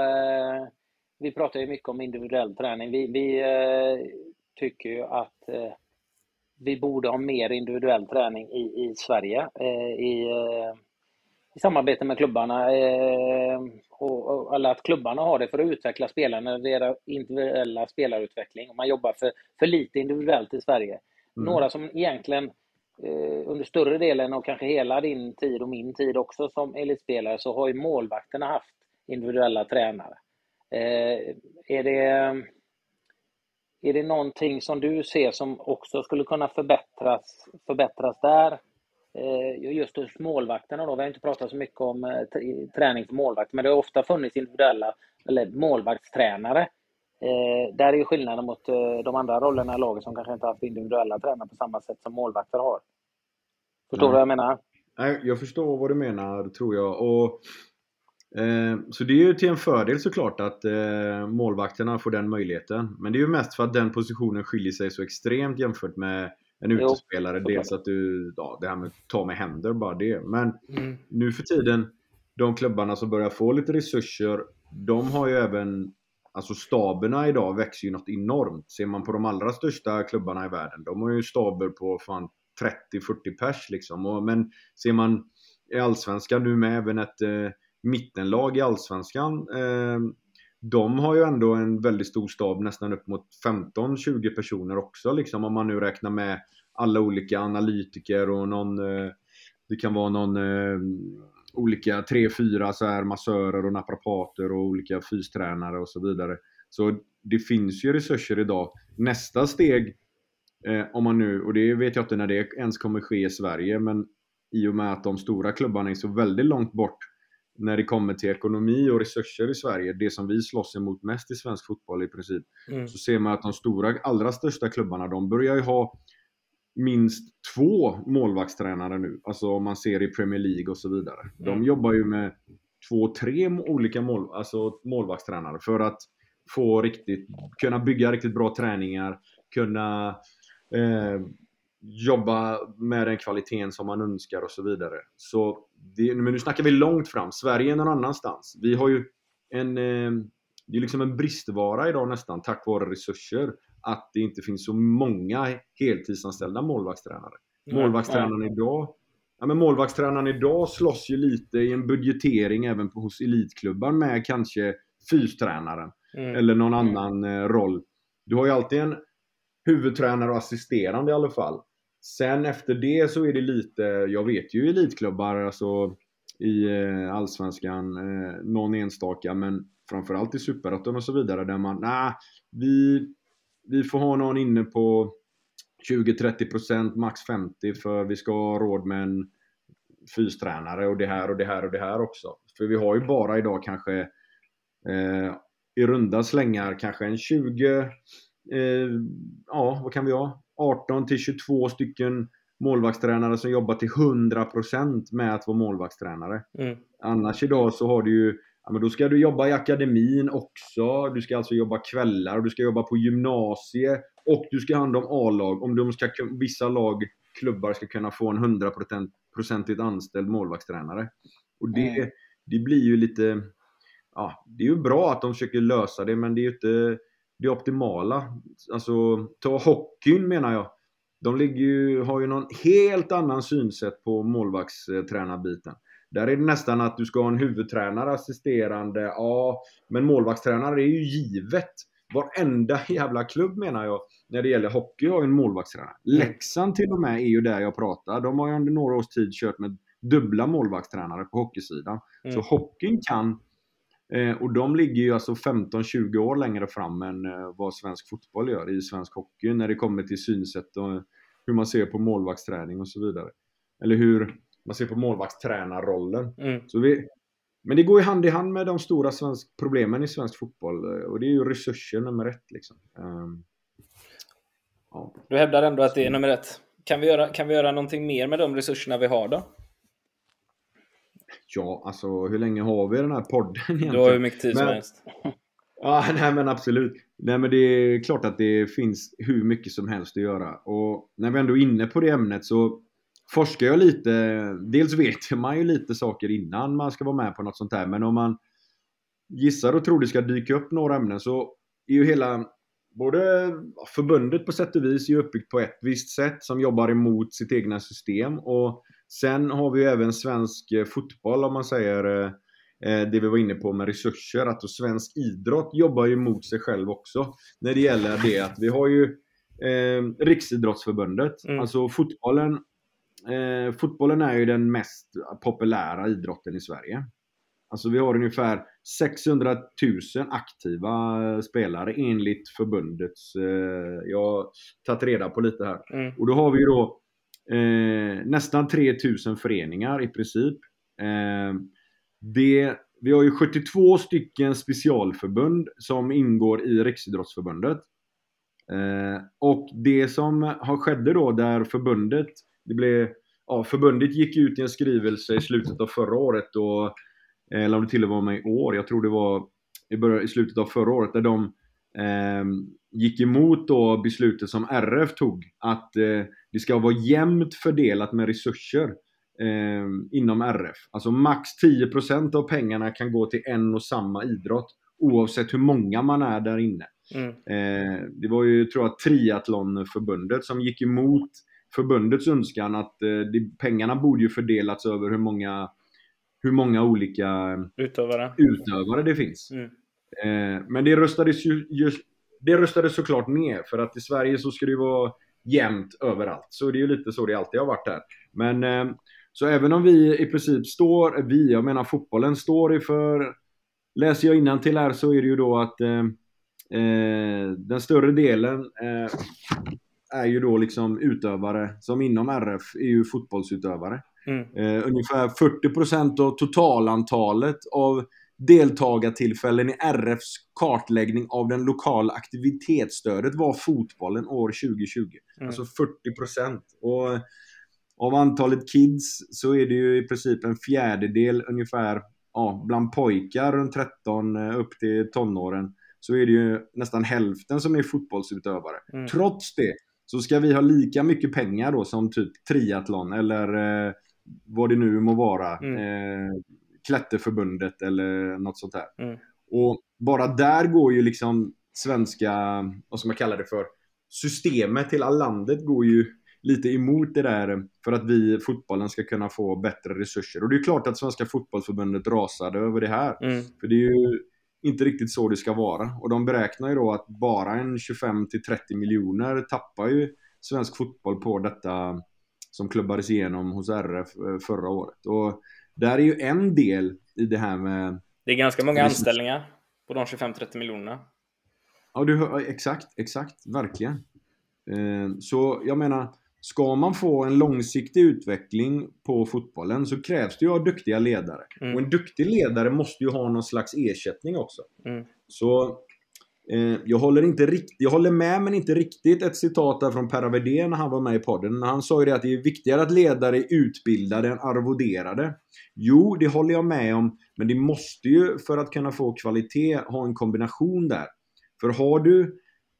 vi pratar ju mycket om individuell träning. Vi, vi tycker ju att vi borde ha mer individuell träning i, i Sverige. I, i samarbete med klubbarna. Och, och, eller att klubbarna har det för att utveckla spelarna, deras individuella spelarutveckling. Och man jobbar för, för lite individuellt i Sverige. Mm. Några som egentligen eh, under större delen och kanske hela din tid och min tid också som elitspelare, så har ju målvakterna haft individuella tränare. Eh, är det är det någonting som du ser som också skulle kunna förbättras förbättras där? Just hos målvakterna då, vi har inte pratat så mycket om träning för målvakt, men det har ofta funnits individuella eller målvaktstränare. Eh, där är ju skillnaden mot eh, de andra rollerna i laget som kanske inte har haft individuella tränare på samma sätt som målvakter har. Förstår du vad jag menar? Nej, jag förstår vad du menar, tror jag. Och, eh, så det är ju till en fördel såklart att eh, målvakterna får den möjligheten. Men det är ju mest för att den positionen skiljer sig så extremt jämfört med en utespelare. Jo, dels att du, ja, det här med att ta med händer, bara det. Men mm. nu för tiden, de klubbarna som börjar få lite resurser, de har ju även, alltså staberna idag växer ju något enormt. Ser man på de allra största klubbarna i världen, de har ju staber på fan trettio till fyrtio pers liksom. Och, men ser man i allsvenskan nu med även ett eh, mittenlag i allsvenskan, eh, de har ju ändå en väldigt stor stab, nästan upp mot femton till tjugo personer också liksom, om man nu räknar med alla olika analytiker och någon, det kan vara någon olika tre, fyra så här massörer och naprapater och olika fystränare och så vidare. Så det finns ju resurser idag. Nästa steg, eh, om man nu, och det vet jag inte när det ens kommer ske i Sverige, men i och med att de stora klubbarna är så väldigt långt bort när det kommer till ekonomi och resurser i Sverige, det som vi slåss emot mest i svensk fotboll i princip, mm. så ser man att de stora, allra största klubbarna, de börjar ju ha minst två målvaktstränare nu. Alltså om man ser i Premier League och så vidare. De mm. jobbar ju med två, tre olika mål, alltså målvaktstränare för att få riktigt, kunna bygga riktigt bra träningar, kunna eh, jobba med den kvaliteten som man önskar och så vidare. Så det, men nu snackar vi långt fram. Sverige är någon annanstans. Vi har ju en eh, det är liksom en bristvara idag nästan tack vare resurser att det inte finns så många heltidsanställda målvaktstränare. Mm. Målvaktstränaren idag ja, men målvaktstränaren idag slåss ju lite i en budgetering även på, hos elitklubbar med kanske fystränaren mm. eller någon annan eh, roll. Du har ju alltid en huvudtränare och assisterande i alla fall. Sen efter det så är det lite, jag vet ju elitklubbar alltså i eh, allsvenskan, eh, någon enstaka, men framförallt i superettan och så vidare där man, nej, vi, vi får ha någon inne på tjugo till trettio procent, max femtio för vi ska ha råd med en fystränare och det här och det här och det här också. För vi har ju bara idag kanske eh, i runda slängar kanske en tjugo, eh, ja vad kan vi ha? arton till tjugotvå stycken målvaktstränare som jobbar till hundra procent med att vara målvaktstränare. Mm. Annars idag så har du ju, ja, men då ska du jobba i akademin också. Du ska alltså jobba kvällar, du ska jobba på gymnasie och du ska ha hand om A-lag. Om de ska, vissa lag, klubbar ska kunna få en hundra procentigt anställd målvaktstränare. Och det, mm. det blir ju lite, ja, det är ju bra att de försöker lösa det, men det är ju inte det optimala. Alltså, ta hockeyn menar jag. De ligger ju, har ju någon helt annan synsätt på målvaktstränarbiten. Där är det nästan att du ska ha en huvudtränare, assisterande, ja, men målvaktstränare är ju givet. Varenda jävla klubb menar jag, när det gäller hockey har ju en målvaktstränare. Leksand till och med är ju där jag pratar. De har ju under några års tid kört med dubbla målvaktstränare på hockeysidan. Mm. Så hockeyn kan, eh, och de ligger ju alltså femton till tjugo år längre fram än eh, vad svensk fotboll gör i svensk hockey när det kommer till synsätt och hur man ser på målvaktsträning och så vidare. Eller hur man ser på målvaktstränarrollen. Mm. Så vi, men det går ju hand i hand med de stora svensk, problemen i svensk fotboll. Och det är ju resurser nummer ett. Liksom. Um, ja. Du hävdar ändå att det är nummer ett. Kan vi, göra, kan vi göra någonting mer med de resurserna vi har då? Ja, alltså hur länge har vi den här podden egentligen? Du har ju mycket tid som helst. Ja, nej men absolut. Nej men det är klart att det finns hur mycket som helst att göra. Och när vi ändå är inne på det ämnet så forskar jag lite. Dels vet man ju lite saker innan man ska vara med på något sånt här. Men om man gissar och tror det ska dyka upp några ämnen så är ju hela, både förbundet på sätt och vis är uppbyggt på ett visst sätt som jobbar emot sitt egna system. Och sen har vi ju även svensk fotboll om man säger det vi var inne på med resurser. Att svensk idrott jobbar ju mot sig själv också. När det gäller det att vi har ju eh, Riksidrottsförbundet. Mm. Alltså fotbollen eh, Fotbollen är ju den mest populära idrotten i Sverige. Alltså vi har ungefär sexhundratusen aktiva spelare enligt förbundets eh, jag har tagit reda på lite här. Mm. Och då har vi ju då eh, nästan tre tusen föreningar i princip. Eh, Det, vi har ju sjuttiotvå stycken specialförbund som ingår i Riksidrottsförbundet. Eh, och det som har skedde då där förbundet, det blev, ja, förbundet gick ut i en skrivelse i slutet av förra året och, eller om det till och med var med i år, jag tror det var i, början, i slutet av förra året där de eh, gick emot då beslutet som R F tog att eh, det ska vara jämnt fördelat med resurser. Eh, inom R F. Alltså max tio procent av pengarna kan gå till en och samma idrott oavsett hur många man är där inne. Mm. Eh, det var ju, tror jag, Triathlonförbundet som gick emot förbundets önskan att eh, det, pengarna borde ju fördelats över hur många hur många olika utövare, utövare det finns. Mm. Eh, men det röstades ju just, det röstades såklart ner för att i Sverige så ska det ju vara jämnt överallt. Så det är ju lite så det alltid har varit där. Men eh, Så även om vi i princip står, vi, jag menar fotbollen står i för, läser jag innantill här så är det ju då att eh, eh, den större delen eh, är ju då liksom utövare som inom R F är ju fotbollsutövare. Mm. Eh, ungefär fyrtio procent av totalantalet av deltagartillfällen i R Fs kartläggning av den lokala aktivitetsstödet var fotbollen år tjugo tjugo. Mm. Alltså fyrtio procent. Och av antalet kids så är det ju i princip en fjärdedel ungefär, ja, bland pojkar runt tretton upp till tonåren så är det ju nästan hälften som är fotbollsutövare. Mm. Trots det så ska vi ha lika mycket pengar då som typ triathlon eller eh, vad det nu må vara. Mm. Eh, Klätterförbundet eller något sånt här. Mm. Och bara där går ju liksom svenska, vad ska man kalla det för, systemet till all landet går ju lite emot det där för att vi, fotbollen, ska kunna få bättre resurser. Och det är klart att Svenska fotbollsförbundet rasade över det här. Mm. För det är ju inte riktigt så det ska vara. Och de beräknar ju då att bara en tjugofem till trettio miljoner tappar ju svensk fotboll på detta som klubbades igenom hos R F förra året. Och där är ju en del i det här med... Det är ganska många anställningar på de tjugofem till trettio miljonerna. Ja, du hör, exakt, exakt, verkligen. Eh, så jag menar, ska man få en långsiktig utveckling på fotbollen så krävs det ju ha duktiga ledare. Mm. Och en duktig ledare måste ju ha någon slags ersättning också. Mm. Så eh, jag håller inte riktigt, jag håller med men inte riktigt ett citat där från Per Avedén när han var med i podden. Han sa ju det att det är viktigare att ledare är utbildade än arvoderade. Jo, det håller jag med om, men det måste ju för att kunna få kvalitet ha en kombination där. För har du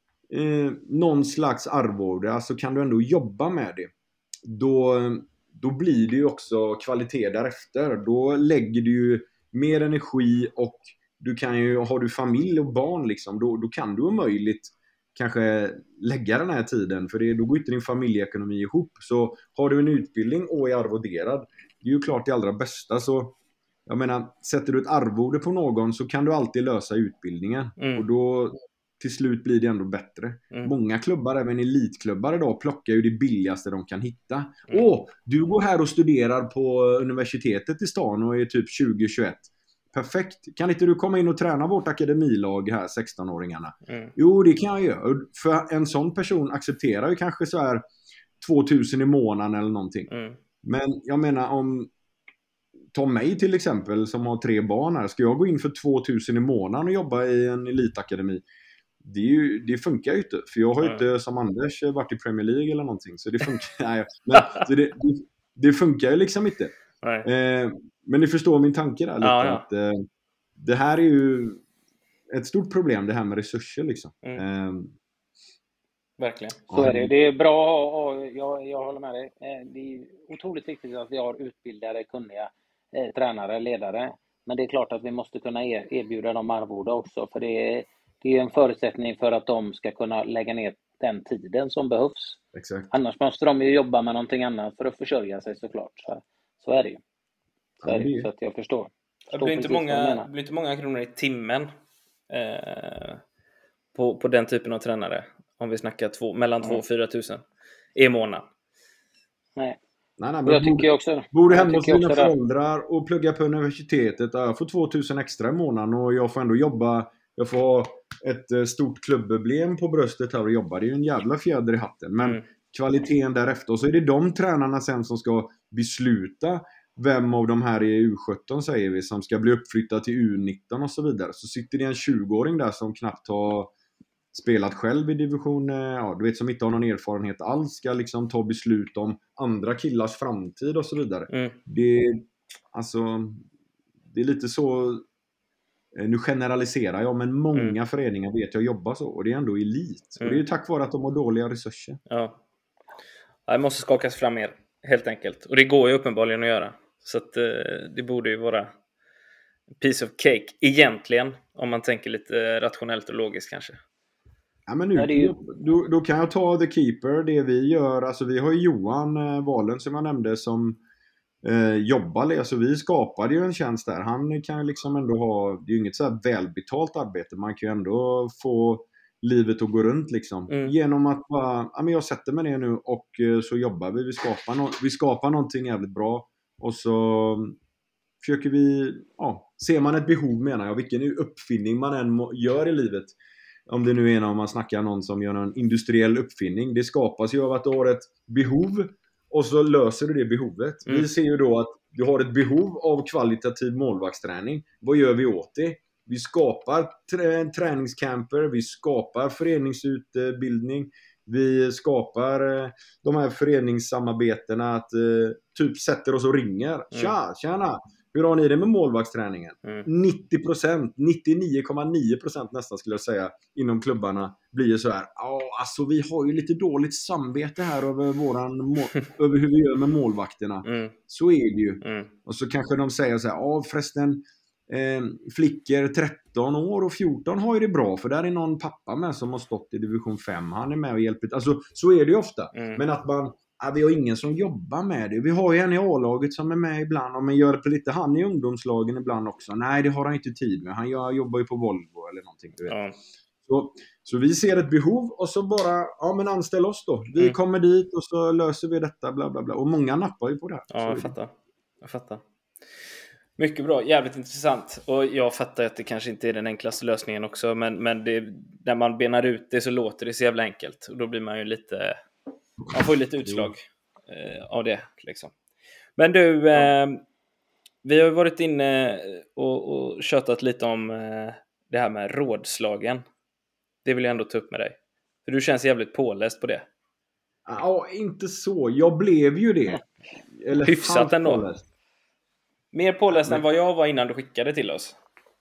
eh, någon slags arvode, alltså kan du ändå jobba med det, då, då blir det ju också kvalitet därefter. Då lägger du ju mer energi och du kan ju, har du familj och barn liksom, då, då kan du om möjligt kanske lägga den här tiden, för det, då går inte din familjeekonomi ihop. Så har du en utbildning och är arvoderad, det är ju klart det allra bästa. Så jag menar, sätter du ett arvode på någon så kan du alltid lösa utbildningen. Mm. Och då till slut blir det ändå bättre. Mm. Många klubbar, även elitklubbar idag, plockar ju det billigaste de kan hitta. Mm. Åh, du går här och studerar på universitetet i stan och är typ tjugo tjugoett. Perfekt. Kan inte du komma in och träna vårt akademilag här, sexton-åringarna? Mm. Jo, det kan jag göra. För en sån person accepterar ju kanske så här tvåtusen i månaden eller någonting. Mm. Men jag menar, om ta mig till exempel som har tre barn här. Ska jag gå in för tvåtusen i månaden och jobba i en elitakademi? Det, är ju, det funkar ju inte. För jag har ju Mm. inte som Anders varit i Premier League eller någonting. Så det funkar, nej, men, så det, det, det funkar ju liksom inte. Nej. Eh, men ni förstår min tanke där lite. Ja, ja. Att, eh, det här är ju ett stort problem, det här med resurser liksom. Mm. Eh, Verkligen. Så är det. Det är bra och jag, jag håller med dig. Eh, Det är otroligt viktigt att vi har utbildade, kunniga eh, tränare, ledare. Men det är klart att vi måste kunna er, erbjuda dem arvoda också. För det är, det är en förutsättning för att de ska kunna lägga ner den tiden som behövs. exakt. Annars måste de ju jobba med någonting annat för att försörja sig såklart. Så, så är det ju. Så, Ja, är det det. är- Så att jag förstår. Det förstår blir inte, precis vad du många, menar. det blir inte många kronor i timmen eh, på, på den typen av tränare. Om vi snackar två, mellan två Mm. och fyra tusen i månaden. Nej. Nej, nej, Och men jag borde, tycker också... bor du jag hemma hos tycker dina också det. föräldrar och pluggar på universitetet, ja, jag får tvåtusen extra i månaden och jag får ändå jobba, jag får ha ett eh, stort klubbemblem på bröstet här och jobba. Det är ju en jävla fjäder i hatten. Men Mm. kvaliteten därefter, och så är det de tränarna sen som ska besluta vem av de här i U sjutton säger vi som ska bli uppflyttad till U nitton och så vidare. Så sitter det en tjugoåring där som knappt har spelat själv i division, ja, du vet, som inte har någon erfarenhet alls, ska liksom ta beslut om andra killars framtid och så vidare. Mm. Det, alltså, det är lite så, eh, nu generaliserar jag, men många Mm. föreningar vet jag jobbar så, och det är ändå elit. Mm. Och det är ju tack vare att de har dåliga resurser. Ja. Ja, det måste skakas fram mer, helt enkelt. Och det går ju uppenbarligen att göra. Så att, eh, det borde ju vara piece of cake, egentligen. Om man tänker lite rationellt och logiskt kanske. Ja, men nu, Ja, det är ju- då, då kan jag ta The Keeper, det vi gör. Alltså vi har ju Johan eh, Wahlen som jag nämnde som eh, jobbar. Alltså vi skapade ju en tjänst där. Han kan ju liksom ändå ha, det är ju inget så här välbetalt arbete. Man kan ju ändå få livet att gå runt liksom. Mm. Genom att bara, ja men jag sätter mig ner nu och eh, så jobbar vi. Vi skapar, no- vi skapar någonting jävligt bra. Och så försöker vi, ja, ser man ett behov menar jag, vilken uppfinning man än gör i livet. Om det nu är om man snackar någon som gör en industriell uppfinning. Det skapas ju av att du har ett behov och så löser du det behovet. Mm. Vi ser ju då att du har ett behov av kvalitativ målvaktsträning. Vad gör vi åt det? Vi skapar trä- träningscamper, vi skapar föreningsutbildning, vi skapar eh, de här föreningssamarbetena att eh, typ sätter oss och ringer. Tja, tjena! Hur har ni det med målvaktsträningen? Mm. nittio procent, nittionio komma nio procent nästan skulle jag säga inom klubbarna blir ju så här. Ja, alltså vi har ju lite dåligt samvete här över våran må- över hur vi gör med målvakterna. Mm. Så är det ju. Mm. Och så kanske de säger så här, ja förresten eh, flickor tretton år och fjorton har ju det bra för där är någon pappa med som har stått i division fem. Han är med och hjälper. Alltså så är det ju ofta. Mm. Men att man ja, vi har ingen som jobbar med det. Vi har ju en i A-laget som är med ibland. Och man gör det lite han i ungdomslagen ibland också. Nej, det har han inte tid med. Han gör, jobbar ju på Volvo eller någonting. Du vet. Ja. Så, så vi ser ett behov och så bara, ja men anställ oss då. Vi mm. kommer dit och så löser vi detta, bla bla bla. Och många nappar ju på det här. Ja, jag fattar. Jag fattar. Mycket bra, jävligt intressant. Och jag fattar att det kanske inte är den enklaste lösningen också. Men, men det, när man benar ut det så låter det så jävla enkelt. Och då blir man ju lite... Man får ju lite utslag eh, av det liksom. Men du, eh, vi har varit inne och, och tjötat lite om eh, det här med rådslagen. Det vill jag ändå ta upp med dig. För du känns jävligt påläst på det. Ja, inte så. Jag blev ju det. Eller hyfsat ändå. Påläst. Mer påläst ja, men... än vad jag var innan du skickade till oss.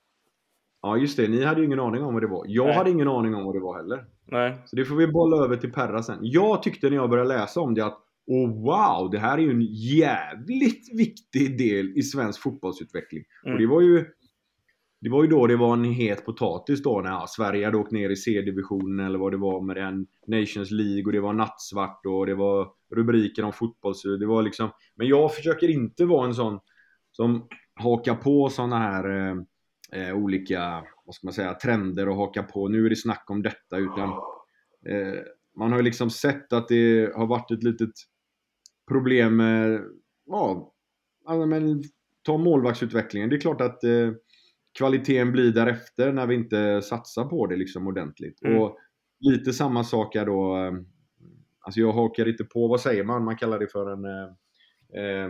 Ja, just det. Ni hade ju ingen aning om vad det var. Jag Nej. hade ingen aning om vad det var heller. Nej. Så det får vi bolla över till Perra sen. Jag tyckte när jag började läsa om det att oh wow, det här är ju en jävligt viktig del i svensk fotbollsutveckling. Mm. Och det var ju det var ju då det var en het potatis då när ja, Sverige hade åkt ner i C-divisionen eller vad det var med den Nations League och det var nattsvart och det var rubriker om fotboll. Så det var liksom, men jag försöker inte vara en sån som hakar på såna här eh, Eh, olika, vad ska man säga, trender och haka på. Nu är det snack om detta utan eh, man har ju liksom sett att det har varit ett litet problem med ja, alltså, men ta målvaktsutvecklingen. Det är klart att eh, kvaliteten blir därefter när vi inte satsar på det liksom ordentligt. Mm. Och lite samma sak är då eh, alltså jag hakar inte på, vad säger man? Man kallar det för en eh, eh,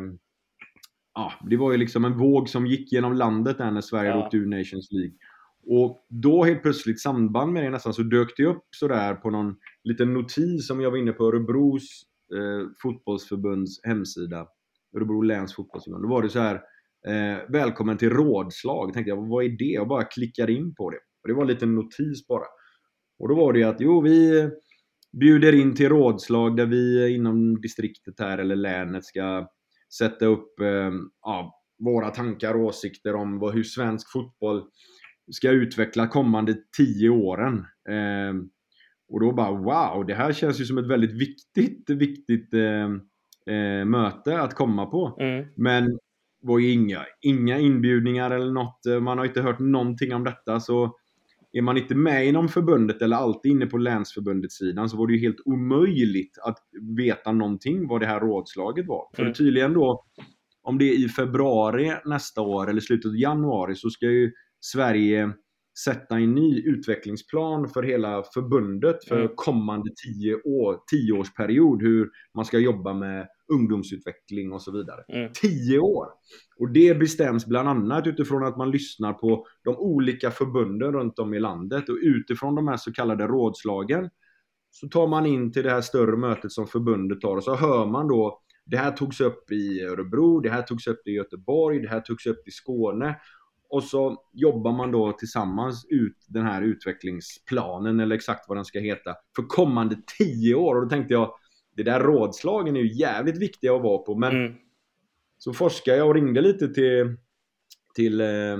ja, det var ju liksom en våg som gick genom landet där när Sverige ja. åkte ur Nations League. Och då helt plötsligt samband med det nästan så dök det upp sådär på någon liten notis som jag var inne på Örebros eh, fotbollsförbunds hemsida. Örebro läns fotbollsförbund. Då var det så här eh, välkommen till rådslag. Tänkte jag, vad är det? Jag bara klickade in på det. Och det var en liten notis bara. Och då var det att jo, vi bjuder in till rådslag där vi inom distriktet här eller länet ska sätta upp eh, ja, våra tankar och åsikter om vad, hur svensk fotboll ska utveckla kommande tio åren. Eh, och då bara wow, det här känns ju som ett väldigt viktigt, viktigt eh, eh, möte att komma på. Mm. Men var ju inga, inga inbjudningar eller något. Man har inte hört någonting om detta. Så är man inte med inom förbundet eller alltid inne på länsförbundets sidan så var det ju helt omöjligt att veta någonting vad det här rådslaget var. Mm. För tydligen då, om det är i februari nästa år eller slutet av januari så ska ju Sverige sätta en ny utvecklingsplan för hela förbundet för mm. kommande tio år, tioårsperiod hur man ska jobba med ungdomsutveckling och så vidare. Mm. Tio år! Och det bestäms bland annat utifrån att man lyssnar på de olika förbunden runt om i landet och utifrån de här så kallade rådslagen så tar man in till det här större mötet som förbundet tar och så hör man då det här togs upp i Örebro, det här togs upp i Göteborg, det här togs upp i Skåne. Och så jobbar man då tillsammans ut den här utvecklingsplanen eller exakt vad den ska heta för kommande tio år. Och då tänkte jag, det där rådslagen är ju jävligt viktiga att vara på. Men mm. så forskade jag och ringde lite till, till eh,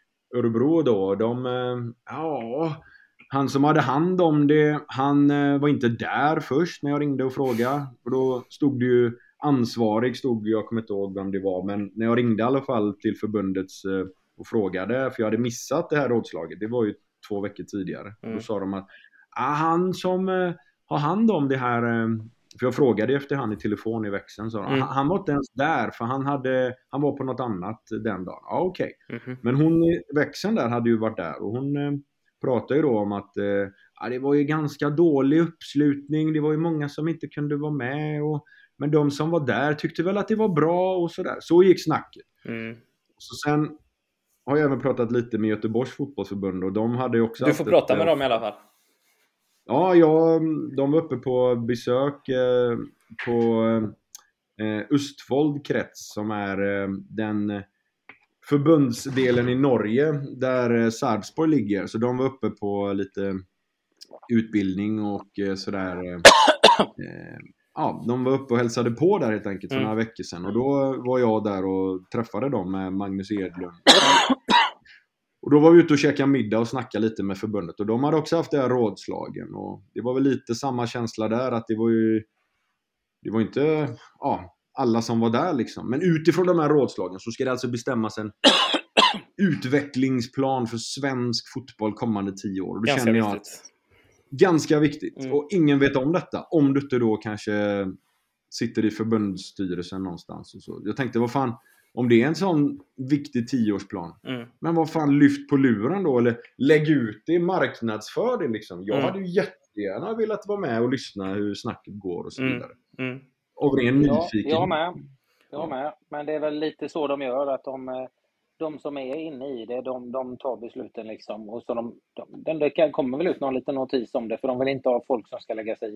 Örebro då. De, eh, ja, han som hade hand om det, han eh, var inte där först när jag ringde och frågade. Och då stod det ju ansvarig, stod jag kommer inte ihåg vem det var. Men när jag ringde i alla fall till förbundets eh, och frågade, för jag hade missat det här rådslaget. Det var ju två veckor tidigare. Mm. Då sa de att ah, han som eh, har hand om det här för jag frågade efter han i telefon i växeln. Så Mm. han, han var inte ens där, för han, hade, han var på något annat den dagen. Ja, okej. Okay. Mm. Men hon i växeln där hade ju varit där. Och hon eh, pratade ju då om att eh, ja, det var ju ganska dålig uppslutning. Det var ju många som inte kunde vara med. Och, men de som var där tyckte väl att det var bra och sådär. Så gick snacket. Mm. Så sen har jag även pratat lite med Göteborgs fotbollsförbund. Och de hade ju också... Du får prata med dem i alla fall. Ja, ja, de var uppe på besök eh, på eh, Østfold krets, som är eh, den förbundsdelen i Norge där eh, Sarpsborg ligger. Så de var uppe på lite utbildning och eh, sådär. Eh, eh, ja, de var uppe och hälsade på där helt enkelt för Mm. några veckor sedan. Och då var jag där och träffade dem med Magnus Edlund. Och då var vi ute och käkade middag och snackade lite med förbundet. Och de hade också haft det här rådslagen. Och det var väl lite samma känsla där. Att det var ju... Det var inte ja, alla som var där liksom. Men utifrån de här rådslagen så ska det alltså bestämmas en utvecklingsplan för svensk fotboll kommande tio år. Och då Ganska känner jag viktigt. att... Ganska viktigt. Mm. Och ingen vet om detta. Om du inte då kanske sitter i förbundsstyrelsen någonstans. Och så. Jag tänkte, vad fan... Om det är en sån viktig tioårsplan. Mm. Men vad fan, lyft på luren då. Eller lägg ut det, marknadsför det liksom. Jag Mm. hade ju jättegärna velat vara med och lyssna hur snacket går och så Mm. vidare. Mm. Av ren Ja, nyfiken. jag med. Jag med. Men det är väl lite så de gör, att de, de som är inne i det, de, de tar besluten liksom. Och så de, de, de, det kommer väl ut någon liten notis om det, för de vill inte ha folk som ska lägga sig i.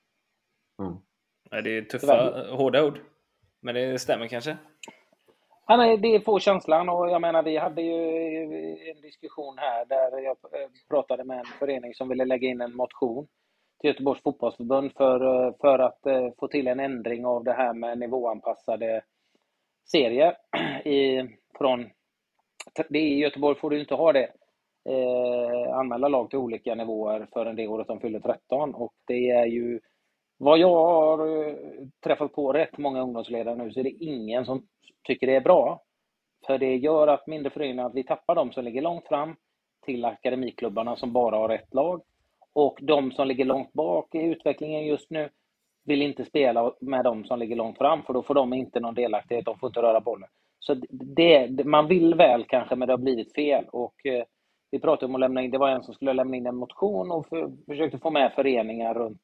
Ja. Ja, det är tuffa, hårda ord. Men det stämmer kanske. Ja, nej, det får känslan, och jag menar, vi hade ju en diskussion här där jag pratade med en förening som ville lägga in en motion till Göteborgs fotbollsförbund för, för att få till en ändring av det här med nivåanpassade serier. I, från, det I Göteborg får du inte ha det. Eh, anmäla lag till olika nivåer förrän det året de fyller tretton, och det är ju vad jag har eh, träffat på rätt många ungdomsledare nu, så är det ingen som tycker det är bra. För det gör att mindre föreningar, att vi tappar de som ligger långt fram till akademiklubbarna som bara har ett lag. Och de som ligger långt bak i utvecklingen just nu vill inte spela med de som ligger långt fram, för då får de inte någon delaktighet, de får inte röra bollen. Så det, man vill väl kanske, men det har blivit fel. Och eh, vi pratade om att lämna in, det var en som skulle lämna in en motion och för, försökte få med föreningar runt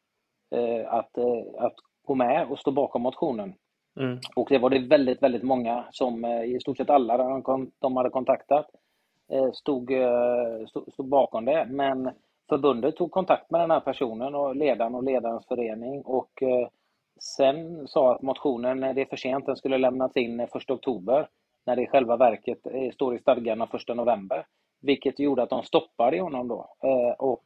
eh, att, eh, att gå med och stå bakom motionen. Mm. Och det var det väldigt, väldigt många som eh, i stort sett alla de hade kontaktat eh, stod, eh, stod, stod bakom det. Men förbundet tog kontakt med den här personen och ledaren och ledarens förening, och eh, sen sa att motionen, när det är för sent, den skulle lämnas in första oktober, när det i själva verket eh, står i stadgarna första november, vilket gjorde att de stoppade honom då. Eh, och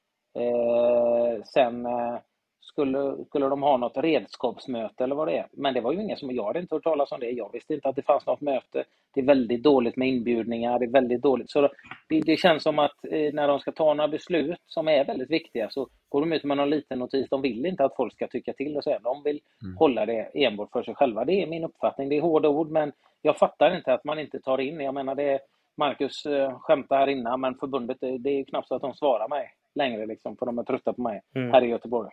eh, sen eh, skulle, skulle de ha något redskapsmöte eller vad det är. Men det var ju ingen som, jag hade inte hört talas om det. Jag visste inte att det fanns något möte. Det är väldigt dåligt med inbjudningar. Det är väldigt dåligt. Så det, det känns som att eh, när de ska ta några beslut som är väldigt viktiga, så går de ut med någon liten notis. De vill inte att folk ska tycka till och säga. De vill mm. hålla det enbart för sig själva. Det är min uppfattning. Det är hårda ord, men jag fattar inte att man inte tar in. Jag menar, det är Marcus eh, skämtar här innan, men förbundet, det, det är knappt så att de svarar mig längre liksom, för de är trötta på mig mm. här i Göteborg.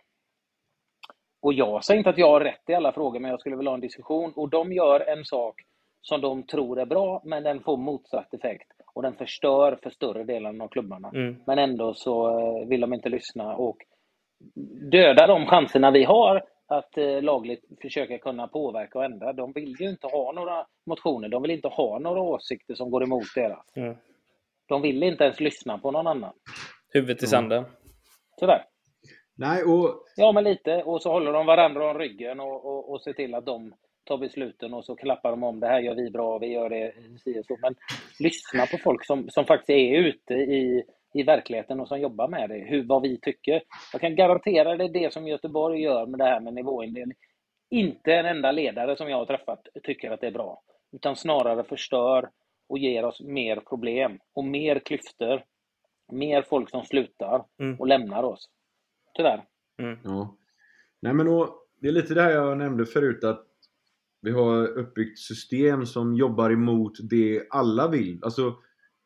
Och jag säger inte att jag har rätt i alla frågor, men jag skulle vilja ha en diskussion. Och de gör en sak som de tror är bra, men den får motsatt effekt. Och den förstör för större delen av klubbarna. Mm. Men ändå så vill de inte lyssna och döda de chanserna vi har att eh, lagligt försöka kunna påverka och ändra. De vill ju inte ha några motioner. De vill inte ha några åsikter som går emot deras. Mm. De vill inte ens lyssna på någon annan. Huvudet i sanden. Tyvärr. Nej, och... Ja, men lite. Och så håller de varandra om ryggen och, och, och ser till att de tar besluten, och så klappar de om det här gör vi bra, vi gör det så. Men lyssna på folk som, som faktiskt är ute i, i verkligheten och som jobbar med det. Hur, vad vi tycker. Jag kan garantera det, det som Göteborg gör med det här med nivåindelning. Inte en enda ledare som jag har träffat tycker att det är bra. Utan snarare förstör och ger oss mer problem och mer klyftor. Mer folk som slutar mm. och lämnar oss. Tyvärr. Mm. Ja. Nej, men då, det är lite det här jag nämnde förut, att vi har uppbyggt system som jobbar emot det alla vill. Alltså,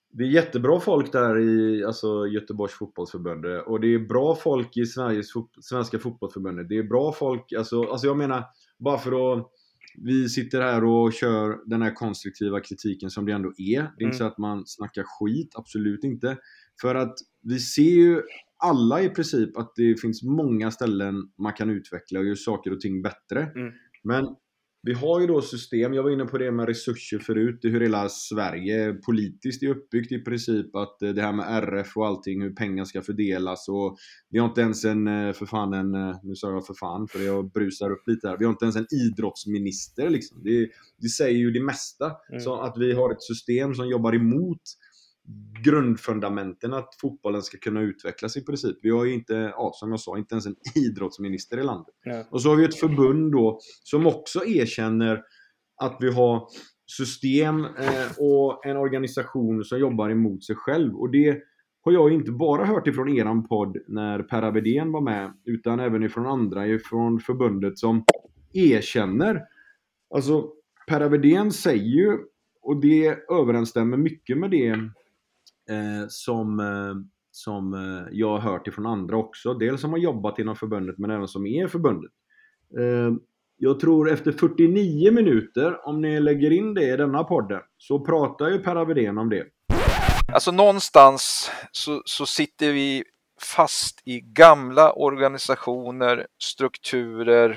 Det är jättebra folk där i alltså, Göteborgs fotbollsförbund. Och det är bra folk i Sveriges fot- svenska fotbollsförbundet. Det är bra folk, alltså, alltså jag menar, bara för att vi sitter här och kör den här konstruktiva kritiken som det ändå är. Det är Mm. inte så att man snackar skit, absolut inte. För att vi ser ju alla i princip att det finns många ställen man kan utveckla och göra saker och ting bättre. Mm. Men vi har ju då system, jag var inne på det med resurser förut, hur hela Sverige politiskt är uppbyggt i princip, att det här med R F och allting, hur pengar ska fördelas, och vi har inte ens en, för fan en, nu sa jag för fan för jag brusar upp lite här, vi har inte ens en idrottsminister liksom. Det, det säger ju det mesta, Mm. så att vi har ett system som jobbar emot grundfundamenten att fotbollen ska kunna utvecklas i princip. Vi har ju inte, ja, som jag sa, inte ens en idrottsminister i landet. Ja. Och så har vi ett förbund då som också erkänner att vi har system eh, och en organisation som jobbar emot sig själv. Och det har jag inte bara hört ifrån eran podd när Per Abedén var med, utan även ifrån andra ifrån förbundet som erkänner. Alltså Per Abedén säger ju, och det överensstämmer mycket med det Eh, som, eh, som eh, jag har hört ifrån andra också. Dels som har jobbat inom förbundet men även som är förbundet. Eh, jag tror efter fyrtionio minuter, om ni lägger in det i denna podden, så pratar ju Per Abedén om det. Alltså någonstans så, så sitter vi fast i gamla organisationer, strukturer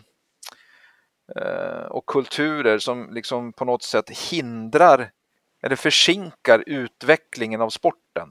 eh, och kulturer som liksom på något sätt hindrar eller försinkar utvecklingen av sporten.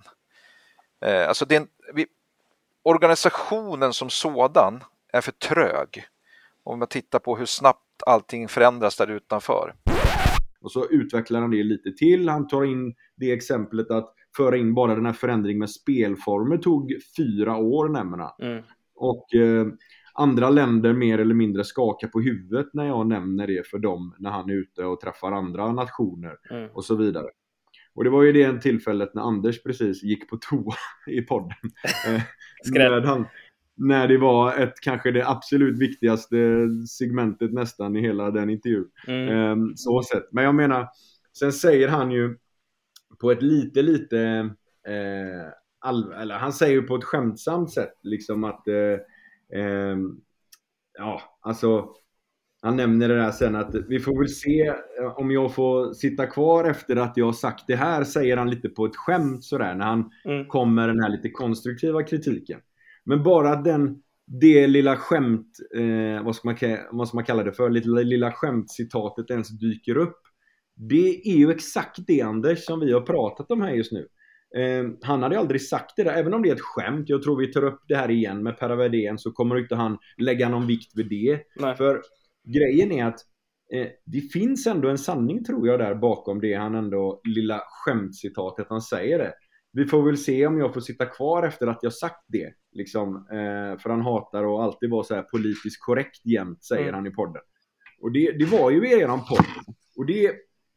Eh, alltså det är en, vi, organisationen som sådan är för trög. Om man tittar på hur snabbt allting förändras där utanför. Och så utvecklar han det lite till. Han tar in det exemplet att föra in bara den här förändringen med spelformer tog fyra år nämna. Mm. Och eh, andra länder mer eller mindre skakar på huvudet när jag nämner det för dem när han är ute och träffar andra nationer Mm. och så vidare. Och det var ju det en tillfället när Anders precis gick på toa i podden. Eh, när, han, när det var ett kanske det absolut viktigaste segmentet nästan i hela den intervjun. Mm. Eh, så sett. Men jag menar, sen säger han ju på ett lite lite eh, all, eller han säger ju på ett skämtsamt sätt liksom att eh, eh, ja, alltså han nämner det där sen att vi får väl se om jag får sitta kvar efter att jag har sagt det här, säger han lite på ett skämt sådär när han Mm. kommer den här lite konstruktiva kritiken. Men bara att den, det lilla skämt, eh, vad, ska man, vad ska man kalla det för, lilla, lilla skämtcitatet ens dyker upp. Det är ju exakt det, Anders, som vi har pratat om här just nu. Eh, han hade aldrig sagt det där, även om det är ett skämt. Jag tror vi tar upp det här igen med Per Abedén, så kommer inte han lägga någon vikt vid det. Nej. För grejen är att eh, det finns ändå en sanning, tror jag, där bakom det han ändå, lilla skämtcitatet han säger det. Vi får väl se om jag får sitta kvar efter att jag sagt det liksom, eh, för han hatar att alltid vara så här politiskt korrekt jämt, säger Mm. han i podden. Och det, det var ju i eran podd. Och det,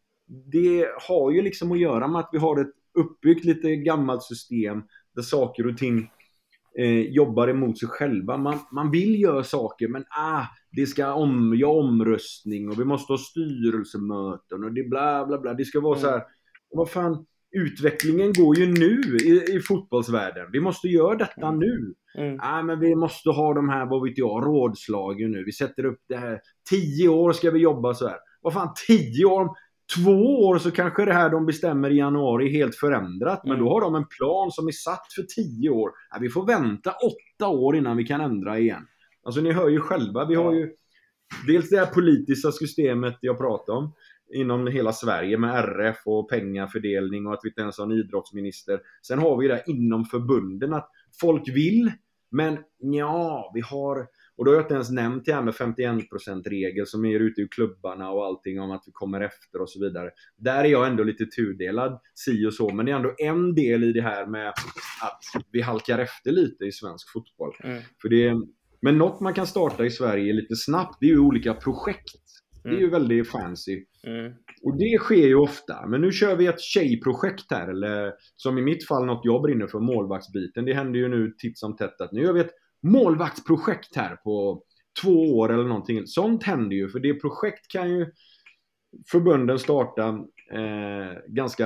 det har ju liksom att göra med att vi har ett uppbyggt lite gammalt system där saker och ting eh, jobbar emot sig själva. Man, man vill göra saker, men ah, det ska om, ja, omröstning och vi måste ha styrelsemöten och det bla bla bla. Det ska vara Mm. så här, vad fan, utvecklingen går ju nu i, i fotbollsvärlden. Vi måste göra detta Mm. nu. Mm. Ah, men vi måste ha de här, vad vet jag, rådslagen nu. Vi sätter upp det här. Tio år ska vi jobba så här. Vad fan, tio år? Om två år så kanske det här de bestämmer i januari är helt förändrat. Men Mm. då har de en plan som är satt för tio år. Ah, vi får vänta åtta år innan vi kan ändra igen. Alltså ni hör ju själva. Vi har ju dels det här politiska systemet jag pratar om inom hela Sverige med R F och pengafördelning och att vi inte ens har en idrottsminister. Sen har vi det inom förbunden att folk vill, men ja, vi har, och då har jag inte ens nämnt det här med femtioen procent-regel som är ute i klubbarna och allting om att vi kommer efter och så vidare. Där är jag ändå lite tudelad, si och så, men det är ändå en del i det här med att vi halkar efter lite i svensk fotboll. Mm. För det är, men något man kan starta i Sverige lite snabbt, det är ju olika projekt. Det är ju väldigt fancy. Mm. Och det sker ju ofta. Men nu kör vi ett tjejprojekt här. Eller som i mitt fall något jag brinner för, målvaktsbiten. Det händer ju nu titt som tätt att nu gör vi ett målvaktsprojekt här på två år eller någonting. Sånt händer ju. För det projekt kan ju förbunden starta eh, ganska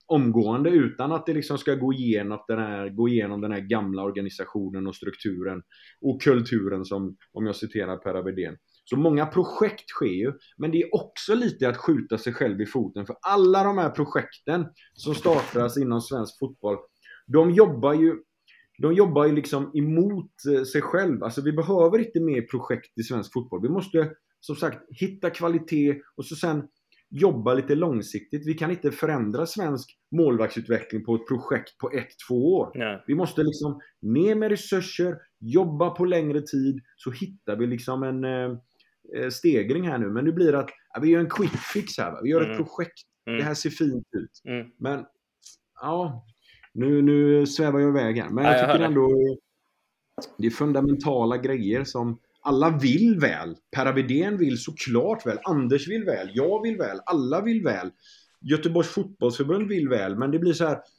omgående utan att det liksom ska gå igenom den här, gå igenom den här gamla organisationen och strukturen och kulturen, som om jag citerar Per Abedén. Så många projekt sker ju, men det är också lite att skjuta sig själv i foten, för alla de här projekten som startas inom svensk fotboll, de jobbar ju de jobbar ju liksom emot sig själv. Alltså vi behöver inte mer projekt i svensk fotboll. Vi måste som sagt hitta kvalitet och så sen jobba lite långsiktigt. Vi kan inte förändra svensk målvaktsutveckling på ett projekt på ett, två år. Nej. Vi måste liksom ner med resurser, jobba på längre tid, så hittar vi liksom en eh, stegring här nu. Men nu blir det att ja, vi gör en quick fix här. Va? Vi gör Mm. ett projekt. Mm. Det här ser fint ut. Mm. Men ja, nu, nu svävar jag iväg här. Men jag Ja, jag tycker hör det. ändå det är fundamentala grejer som alla vill väl. Per Abedén vill såklart väl. Anders vill väl. Jag vill väl. Alla vill väl. Göteborgs fotbollsförbund vill väl. Men det blir så här.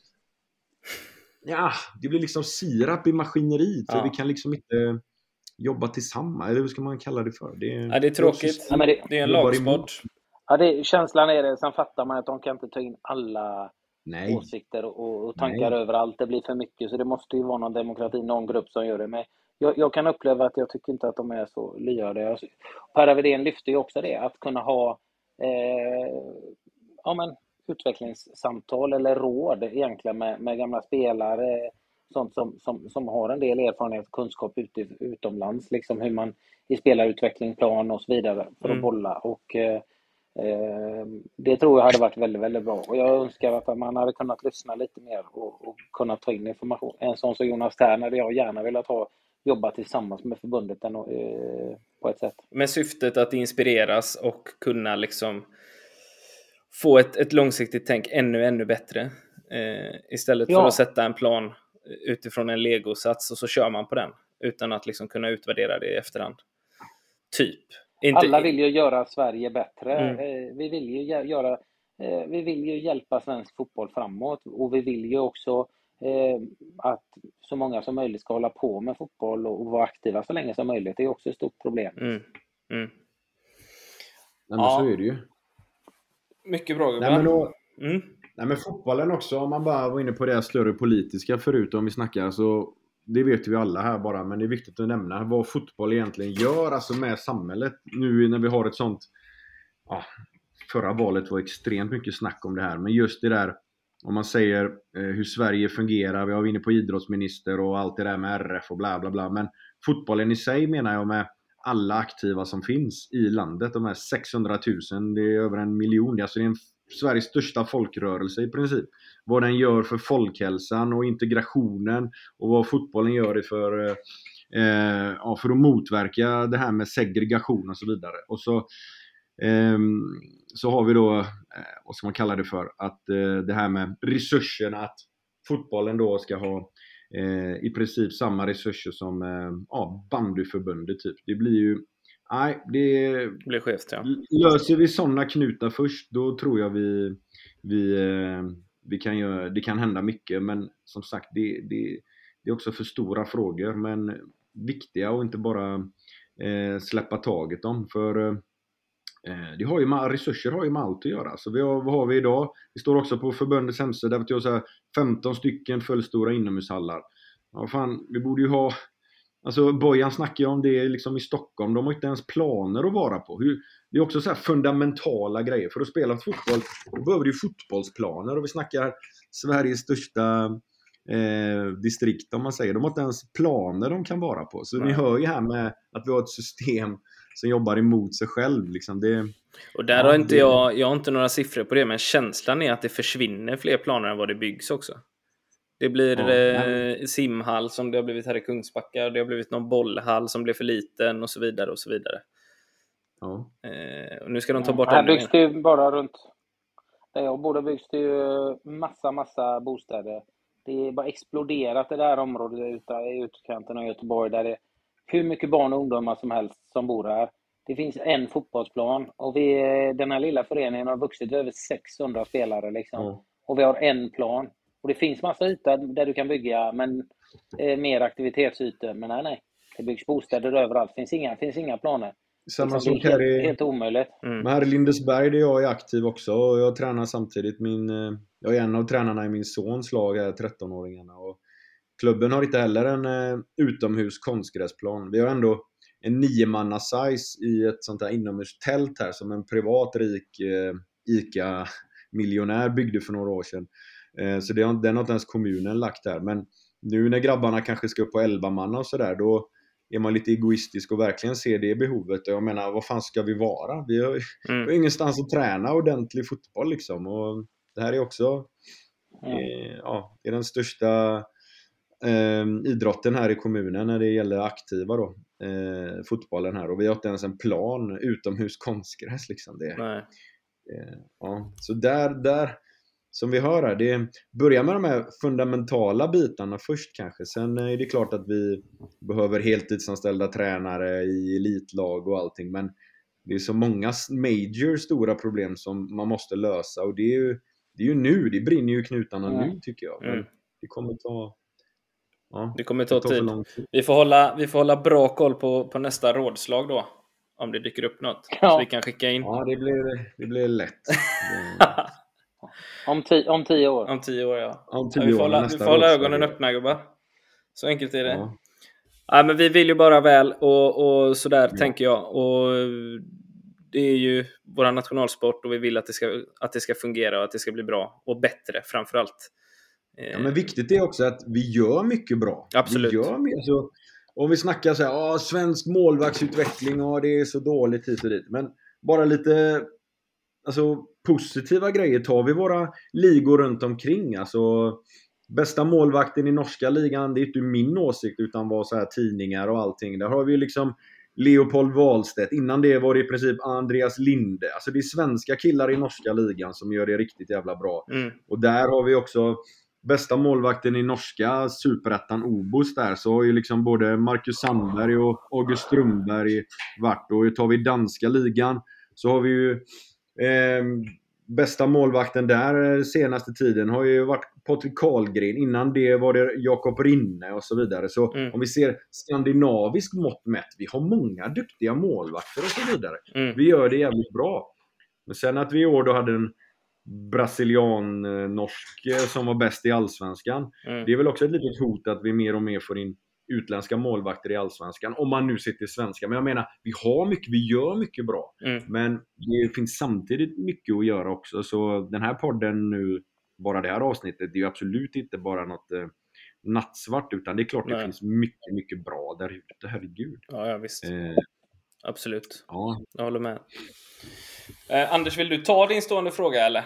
Ja, det blir liksom sirap i maskineriet. För Ja. vi kan liksom inte jobba tillsammans. Eller hur ska man kalla det för? Det är, Ja, det är tråkigt. Ja, men det- Det är en jobbar lagsport. emot. Ja, det, känslan är det. Sen fattar man att de kan inte ta in alla Nej. åsikter och, och tankar Nej. överallt. Det blir för mycket, så det måste ju vara någon demokrati, någon grupp som gör det. Men jag, jag kan uppleva att jag tycker inte att de är så lyhörda. Per Abedén lyfter ju också det, att kunna ha eh, ja, men, utvecklingssamtal eller råd egentligen med, med gamla spelare, sånt som, som, som har en del erfarenhet och kunskap ute, utomlands, liksom hur man i spelarutveckling, plan och så vidare för att Mm. bolla. Och eh, Eh, det tror jag hade varit väldigt, väldigt bra. Och jag önskar att man hade kunnat lyssna lite mer och, och kunnat ta in information. En sån som Jonas Tern hade jag gärna velat ha jobbat tillsammans med förbundet eh, på ett sätt. Med syftet att inspireras och kunna liksom få ett, ett långsiktigt tänk ännu, ännu bättre. Eh, istället Ja. för att sätta en plan utifrån en legosats och så kör man på den utan att liksom kunna utvärdera det i efterhand. Typ. Inte, Alla vill ju göra Sverige bättre. Mm. Eh, vi vill ju gö- göra eh, vi vill ju hjälpa svensk fotboll framåt, och vi vill ju också eh, att så många som möjligt ska hålla på med fotboll och, och vara aktiva så länge som möjligt. Det är också ett stort problem. Mm. Mm. Nej, men Ja. så är det ju. Mycket bra, Nej, men då, mm. Nej, men fotbollen också, om man bara var inne på det större politiska förut om vi snackar, så det vet vi alla här bara, men det är viktigt att nämna vad fotboll egentligen gör alltså med samhället nu när vi har ett sånt, ja, förra valet var extremt mycket snack om det här, men just det där om man säger eh, hur Sverige fungerar, vi har inne på idrottsminister och allt det där med R F och bla bla bla, men fotbollen i sig menar jag med alla aktiva som finns i landet, de här sexhundratusen, det är över en miljon, det är alltså det är en Sveriges största folkrörelse i princip. Vad den gör för folkhälsan och integrationen och vad fotbollen gör för, eh, ja, för att motverka det här med segregation och så vidare. Och så, eh, så har vi då, eh, vad ska man kalla det för, att eh, det här med resurserna, att fotbollen då ska ha eh, i princip samma resurser som eh, ja, bandyförbundet typ. Det blir ju Nej, det Det blir skevt, ja. löser vi sådana knutar först, då tror jag vi, vi, vi kan göra, det kan hända mycket, men som sagt det, det, det är också för stora frågor, men viktiga och inte bara eh, släppa taget om, för eh, det har ju med, resurser har ju med allt att göra. Så vi har, vad har vi idag? Det står också på förbundets hemsida, där vi har så här femton stycken fullstora inomhushallar. Ja, fan, vi borde ju ha. Alltså Bojan snackar ju om det liksom i Stockholm. De har inte ens planer att vara på. Hur, det är också så här fundamentala grejer. För att spela fotboll då behöver du fotbollsplaner. Och vi snackar Sveriges största eh, distrikt om man säger. De har inte ens planer de kan vara på. Så Nej. ni hör ju här med att vi har ett system som jobbar emot sig själv. Liksom det, Och där ja, har inte det, jag, jag har inte några siffror på det, men känslan är att det försvinner fler planer än vad det byggs också. Det blir Ja, eh, simhall som det har blivit här i Kungsbacka. Det har blivit någon bollhall som blev för liten och så vidare och så vidare. ja. Eh, och nu ska de ta bort Här ännu byggs mer. det ju bara runt där jag bor, byggs det ju massa, massa bostäder. Det är bara exploderat i det här området ute i utkanten av Göteborg, där det är hur mycket barn och ungdomar som helst som bor här. Det finns en fotbollsplan och vi, den här lilla föreningen har vuxit över sexhundra spelare liksom. Ja. Och vi har en plan. Och det finns massa ytor där du kan bygga, men eh, mer aktivitetsytor. Men nej, nej. Det byggs bostäder överallt. Det finns inga, finns inga planer. Samma liksom, som det är helt, här i, helt omöjligt. Mm. men här i Lindesberg där jag är aktiv också. Och jag tränar samtidigt min... eh, Jag är en av tränarna i min sons lag här, tretton-åringarna. Och klubben har inte heller en eh, utomhus konstgräsplan. Vi har ändå en niomanna size i ett sånt här inomhustält här som en privat rik eh, ICA-miljonär byggde för några år sedan. Eh, så det har, den har inte ens kommunen lagt här. Men nu när grabbarna kanske ska upp på elva manna och sådär, då är man lite egoistisk och verkligen ser det behovet. Och jag menar, vad fan ska vi vara? Vi har ju Mm. vi har ingenstans att träna ordentlig fotboll liksom. Och det här är också eh, ja, det är den största eh, idrotten här i kommunen när det gäller aktiva då. Eh, fotbollen här. Och vi har inte ens en plan utomhus konstgräs liksom. Det, Nej. eh, ja. Så där, där som vi hör här, det börjar med de här fundamentala bitarna först kanske. Sen är det klart att vi behöver heltidsanställda tränare i elitlag och allting. Men det är så många major stora problem som man måste lösa. Och det är ju, det är ju nu, det brinner ju knutarna Mm. nu tycker jag. Men Mm. det kommer ta... Ja, Det kommer ta tar för tid. lång tid. Vi får hålla, vi får hålla bra koll på, på nästa rådslag då. Om det dyker upp något. Ja. Så vi kan skicka in. Ja, det blir, det blir lätt. Det, Om, ti- om tio år. Om tio år, ja. om ja tio vi får år, hålla, vi nästa får hålla rådslag. ögonen öppna, gubbar. Så enkelt är det. Ja. Ja, men vi vill ju bara väl och, och sådär Ja. tänker jag. Och det är ju vår nationalsport och vi vill att det, ska, att det ska fungera och att det ska bli bra. Och bättre framförallt. Ja, men viktigt är också att vi gör mycket bra. Absolut. Vi gör mycket, alltså, om vi snackar så här, ah, svensk målvaktsutveckling, och ah, det är så dåligt hit och dit. Men bara lite alltså, positiva grejer tar vi våra ligor runt omkring. Alltså, bästa målvakten i norska ligan, det är inte min åsikt utan vad så här tidningar och allting. Där har vi liksom Leopold Wahlstedt. Innan det var det i princip Andreas Linde. Alltså det är svenska killar i norska ligan som gör det riktigt jävla bra. Mm. Och där har vi också bästa målvakten i norska superettan Obos där. Så har ju liksom både Marcus Sandberg och August Strömberg varit. Och tar vi danska ligan så har vi ju eh, bästa målvakten där senaste tiden har ju varit Patrik Karlgren. Innan det var det Jakob Rinne och så vidare. Så Mm. om vi ser skandinavisk mått mätt, vi har många duktiga målvakter och så vidare. Mm. Vi gör det jävligt bra. Men sen att vi i år då hade en brasilian-norsk som var bäst i allsvenskan. Mm. Det är väl också ett litet hot att vi mer och mer får in utländska målvakter i allsvenskan. Om man nu sitter i svenska. Men jag menar, vi har mycket, vi gör mycket bra. Mm. Men det finns samtidigt mycket att göra också. Så den här podden nu, bara det här avsnittet, det är ju absolut inte bara något eh, nattsvart. Utan det är klart Nej. det finns mycket, mycket bra där ute. Herregud. Ja, ja, visst. Eh, Absolut. ja. Jag håller med. Eh, Anders, vill du ta din stående fråga eller?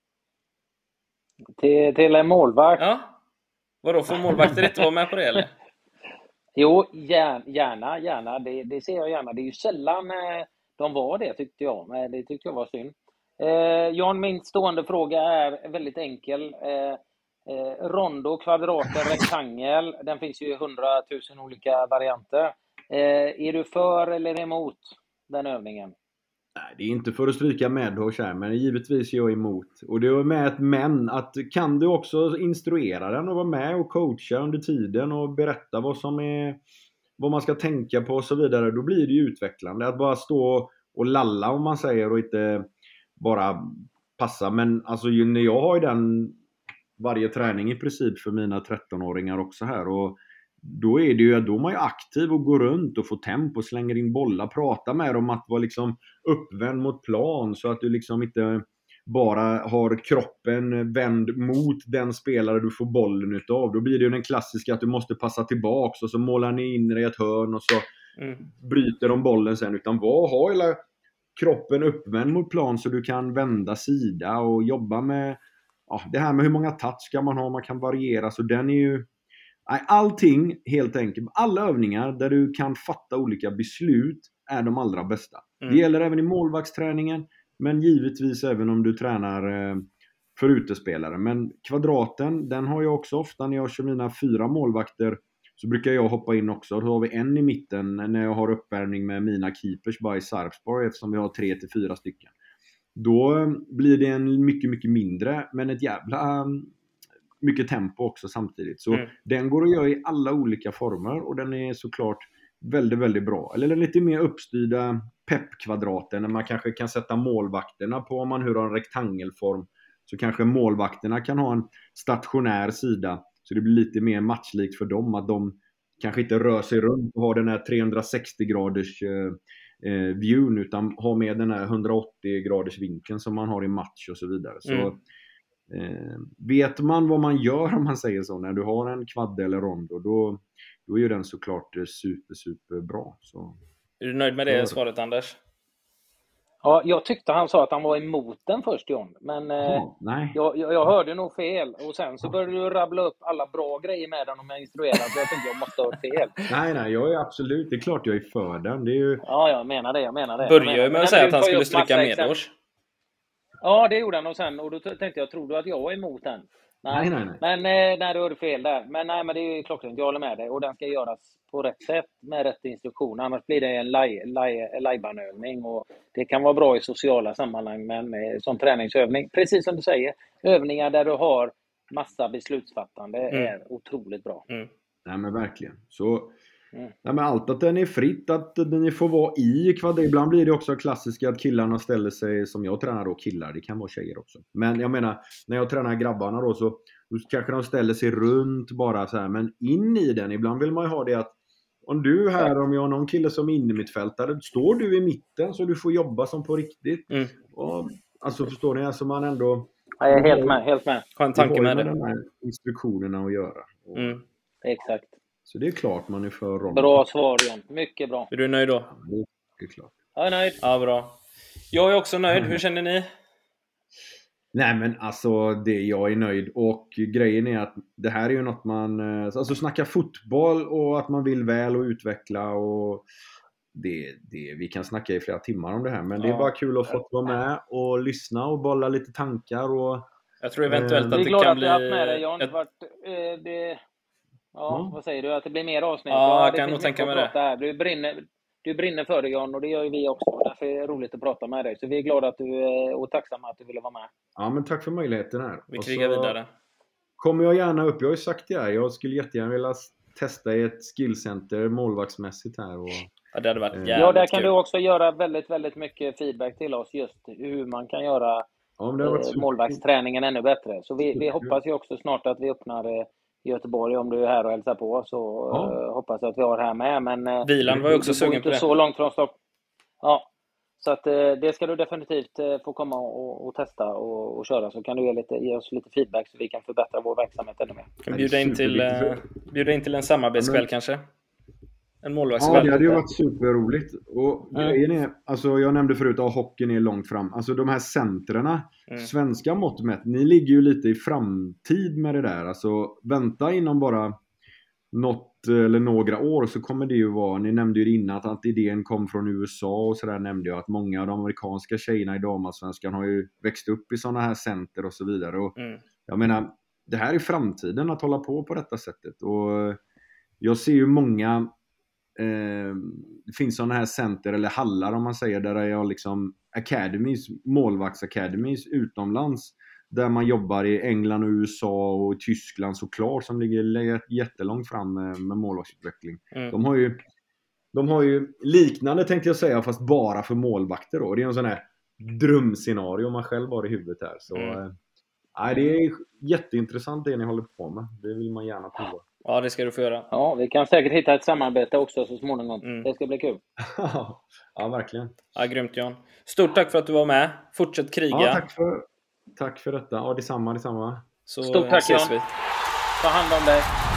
Till, till en målvakt. Ja. Vadå, får målvakter inte vara med på det eller? Jo, gärna, gärna. gärna. Det, det ser jag gärna. Det är ju sällan eh, de var det, tyckte jag. Men det tyckte jag var synd. Eh, Jan, min stående fråga är väldigt enkel. Eh, eh, rondo, kvadrater, rektangel. Den finns ju i hundratusen olika varianter. Eh, är du för eller emot den övningen? Nej, det är inte för att stryka medhårs här, men givetvis är jag emot. Och det är med ett men, att kan du också instruera den och vara med och coacha under tiden och berätta vad som är, vad man ska tänka på och så vidare, då blir det ju utvecklande. Att bara stå och lalla om man säger och inte bara passa. Men alltså när jag har ju den varje träning i princip för mina tretton-åringar också här, och då är det ju, då är man ju aktiv och går runt och får tempo, slänger in bollar, pratar med dem att vara liksom uppvänd mot plan så att du liksom inte bara har kroppen vänd mot den spelare du får bollen utav. Då blir det ju den klassiska att du måste passa tillbaks och så målar ni in i ett hörn och så Mm. bryter de bollen sen. Utan vad har hela kroppen uppvänd mot plan så du kan vända sida och jobba med ja, det här med hur många touch ska man ha, man kan variera. Så den är ju nej, allting helt enkelt, alla övningar där du kan fatta olika beslut är de allra bästa. Mm. Det gäller även i målvaktsträningen, men givetvis även om du tränar eh, för utespelare. Men kvadraten, den har jag också ofta när jag kör mina fyra målvakter, så brukar jag hoppa in också. Då har vi en i mitten när jag har uppvärmning med mina keepers bara i Sarpsborg, eftersom vi har tre till fyra stycken. Då blir det en mycket, mycket mindre, men ett jävla mycket tempo också samtidigt. Så Mm. den går att göra i alla olika former och den är såklart väldigt, väldigt bra. Eller den lite mer uppstyrda peppkvadraten, när man kanske kan sätta målvakterna på, om man hur har en rektangelform, så kanske målvakterna kan ha en stationär sida, så det blir lite mer matchlikt för dem, att de kanske inte rör sig runt och har den här trehundrasextio graders eh, eh, viewn, utan har med den här hundraåttio graders vinkeln som man har i match och så vidare. Så Mm. eh, vet man vad man gör, om man säger så, när du har en kvadde eller rondo, då, då är ju den såklart super, super bra. Så. Är du nöjd med det svaret, Anders? Ja, jag tyckte han sa att han var emot den först, John. Men Ja, eh, nej. jag, jag, jag hörde nog fel. Och sen så började du rabbla upp alla bra grejer med den om jag instruerar. Så jag tänkte jag måste ha hört fel. nej, nej, jag är absolut, det är klart jag är för den. Det är ju... Ja, jag menar det, jag menar det. Började jag ju menar. med att Men säga du att han tar ju skulle upp stryka massa exempel. medårs. Ja, det gjorde han. Och sen, och då tänkte jag, tror du att jag var emot den? Nej, nej, nej. Men eh, nej, du hörde fel där. Men nej, men det är ju klockrent. Jag håller med dig. Och den ska göras på rätt sätt med rätt instruktion. Annars blir det en laj, laj, lajbanövning. Och det kan vara bra i sociala sammanhang, men eh, som träningsövning. Precis som du säger. Övningar där du har massa beslutsfattande Mm. är otroligt bra. Mm. Nej, men verkligen. Så Mm. nej, men allt att den är fritt, att ni får vara i kvadrat. Ibland blir det också klassiska att killarna ställer sig, som jag tränar då, killar, det kan vara tjejer också. Men jag menar, när jag tränar grabbarna då, så då kanske de ställer sig runt bara så här, men in i den. Ibland vill man ju ha det att om du här, om jag har någon kille som är inne i mitt fältare, står du i mitten så du får jobba som på riktigt. Mm. Och, alltså förstår ni, alltså man ändå... Ja, jag är helt med, helt med. Har en tanke med med det. de här instruktionerna att göra. Och, Mm. Exakt. Så det är klart man är för roll. Bra svar, John. Mycket bra. Är du nöjd då? Det är klart. Jag är nöjd. Ja, bra. Jag är också nöjd. Hur känner ni? Nej, men alltså det, jag är nöjd. Och grejen är att det här är ju något man... Alltså snacka fotboll och att man vill väl och utveckla och... Det, det, vi kan snacka i flera timmar om det här, men det är Ja. bara kul att få vara med och lyssna och bolla lite tankar och... Jag tror eventuellt Eh, att Vi är det glada kan att bli... du har haft med dig, John. ett- Vart, eh, det, ja, Mm. vad säger du? Att det blir mer avsnitt? Ja, jag det kan finns nog tänka mycket mig att prata här. Du brinner, du brinner för det, John, och det gör ju vi också. Därför är det roligt att prata med dig. Så vi är glada att du är, och tacksamma att du ville vara med. Ja, men tack för möjligheten här. Vi Och krigar så vidare. kommer jag gärna upp. Jag har ju sagt det här. Jag skulle jättegärna vilja testa i ett skillcenter målvaktsmässigt här. Och... Ja, det hade varit Ja, jävligt Ja, där kan kul. du också göra väldigt, väldigt mycket feedback till oss. Just hur man kan göra Ja, men det har varit eh, super- målvaktsträningen ännu bättre. Så vi, vi Superkul. hoppas ju också snart att vi öppnar eh, i Göteborg. Om du är här och hälsar på, så Ja. eh, hoppas jag att vi har här med. Men eh, Vilan var ju också du bor sugen inte på det. så långt från Stockholm. Ja, så att eh, det ska du definitivt eh, få komma och, och testa och, och köra. Så kan du ge, lite, ge oss lite feedback så vi kan förbättra vår verksamhet ännu mer. Kan bjuda in till, eh, bjuda in till en samarbetskväll Ja, men- kanske? En Ja, målvaktskväll? det hade ju varit superroligt. Och Ja. grejen är, alltså jag nämnde förut att hockeyn är långt fram. Alltså de här centrarna, Mm. svenska mått mätt, ni ligger ju lite i framtid med det där. Alltså vänta inom bara något eller några år så kommer det ju vara, ni nämnde ju det innan att idén kom från U S A och sådär nämnde jag att många av de amerikanska tjejerna i damallsvenskan har ju växt upp i sådana här center och så vidare. Och Mm. jag menar, det här är framtiden att hålla på på detta sättet. Och jag ser ju många eh, det finns sådana här center eller hallar om man säger, där jag liksom academies, målvaktsacademies utomlands, där man jobbar i England och U S A och Tyskland såklart, som ligger jättelångt fram med, med målvaktsutveckling. Mm. De har ju de har ju liknande, tänkte jag säga, fast bara för målvakter då. Det är en sån här drömscenario man själv har i huvudet här. Så Mm. eh, nej, det är jätteintressant det ni håller på med. Det vill man gärna prova. Ja, det ska du få göra. Ja, vi kan säkert hitta ett samarbete också så småningom. Mm. Det ska bli kul. Ja, verkligen. Ja, grymt John. Stort tack för att du var med. Fortsätt kriga. Ja, tack för, tack för detta. Ja, detsamma, detsamma. Så Stort tack, ses John. vi. Ta hand om dig.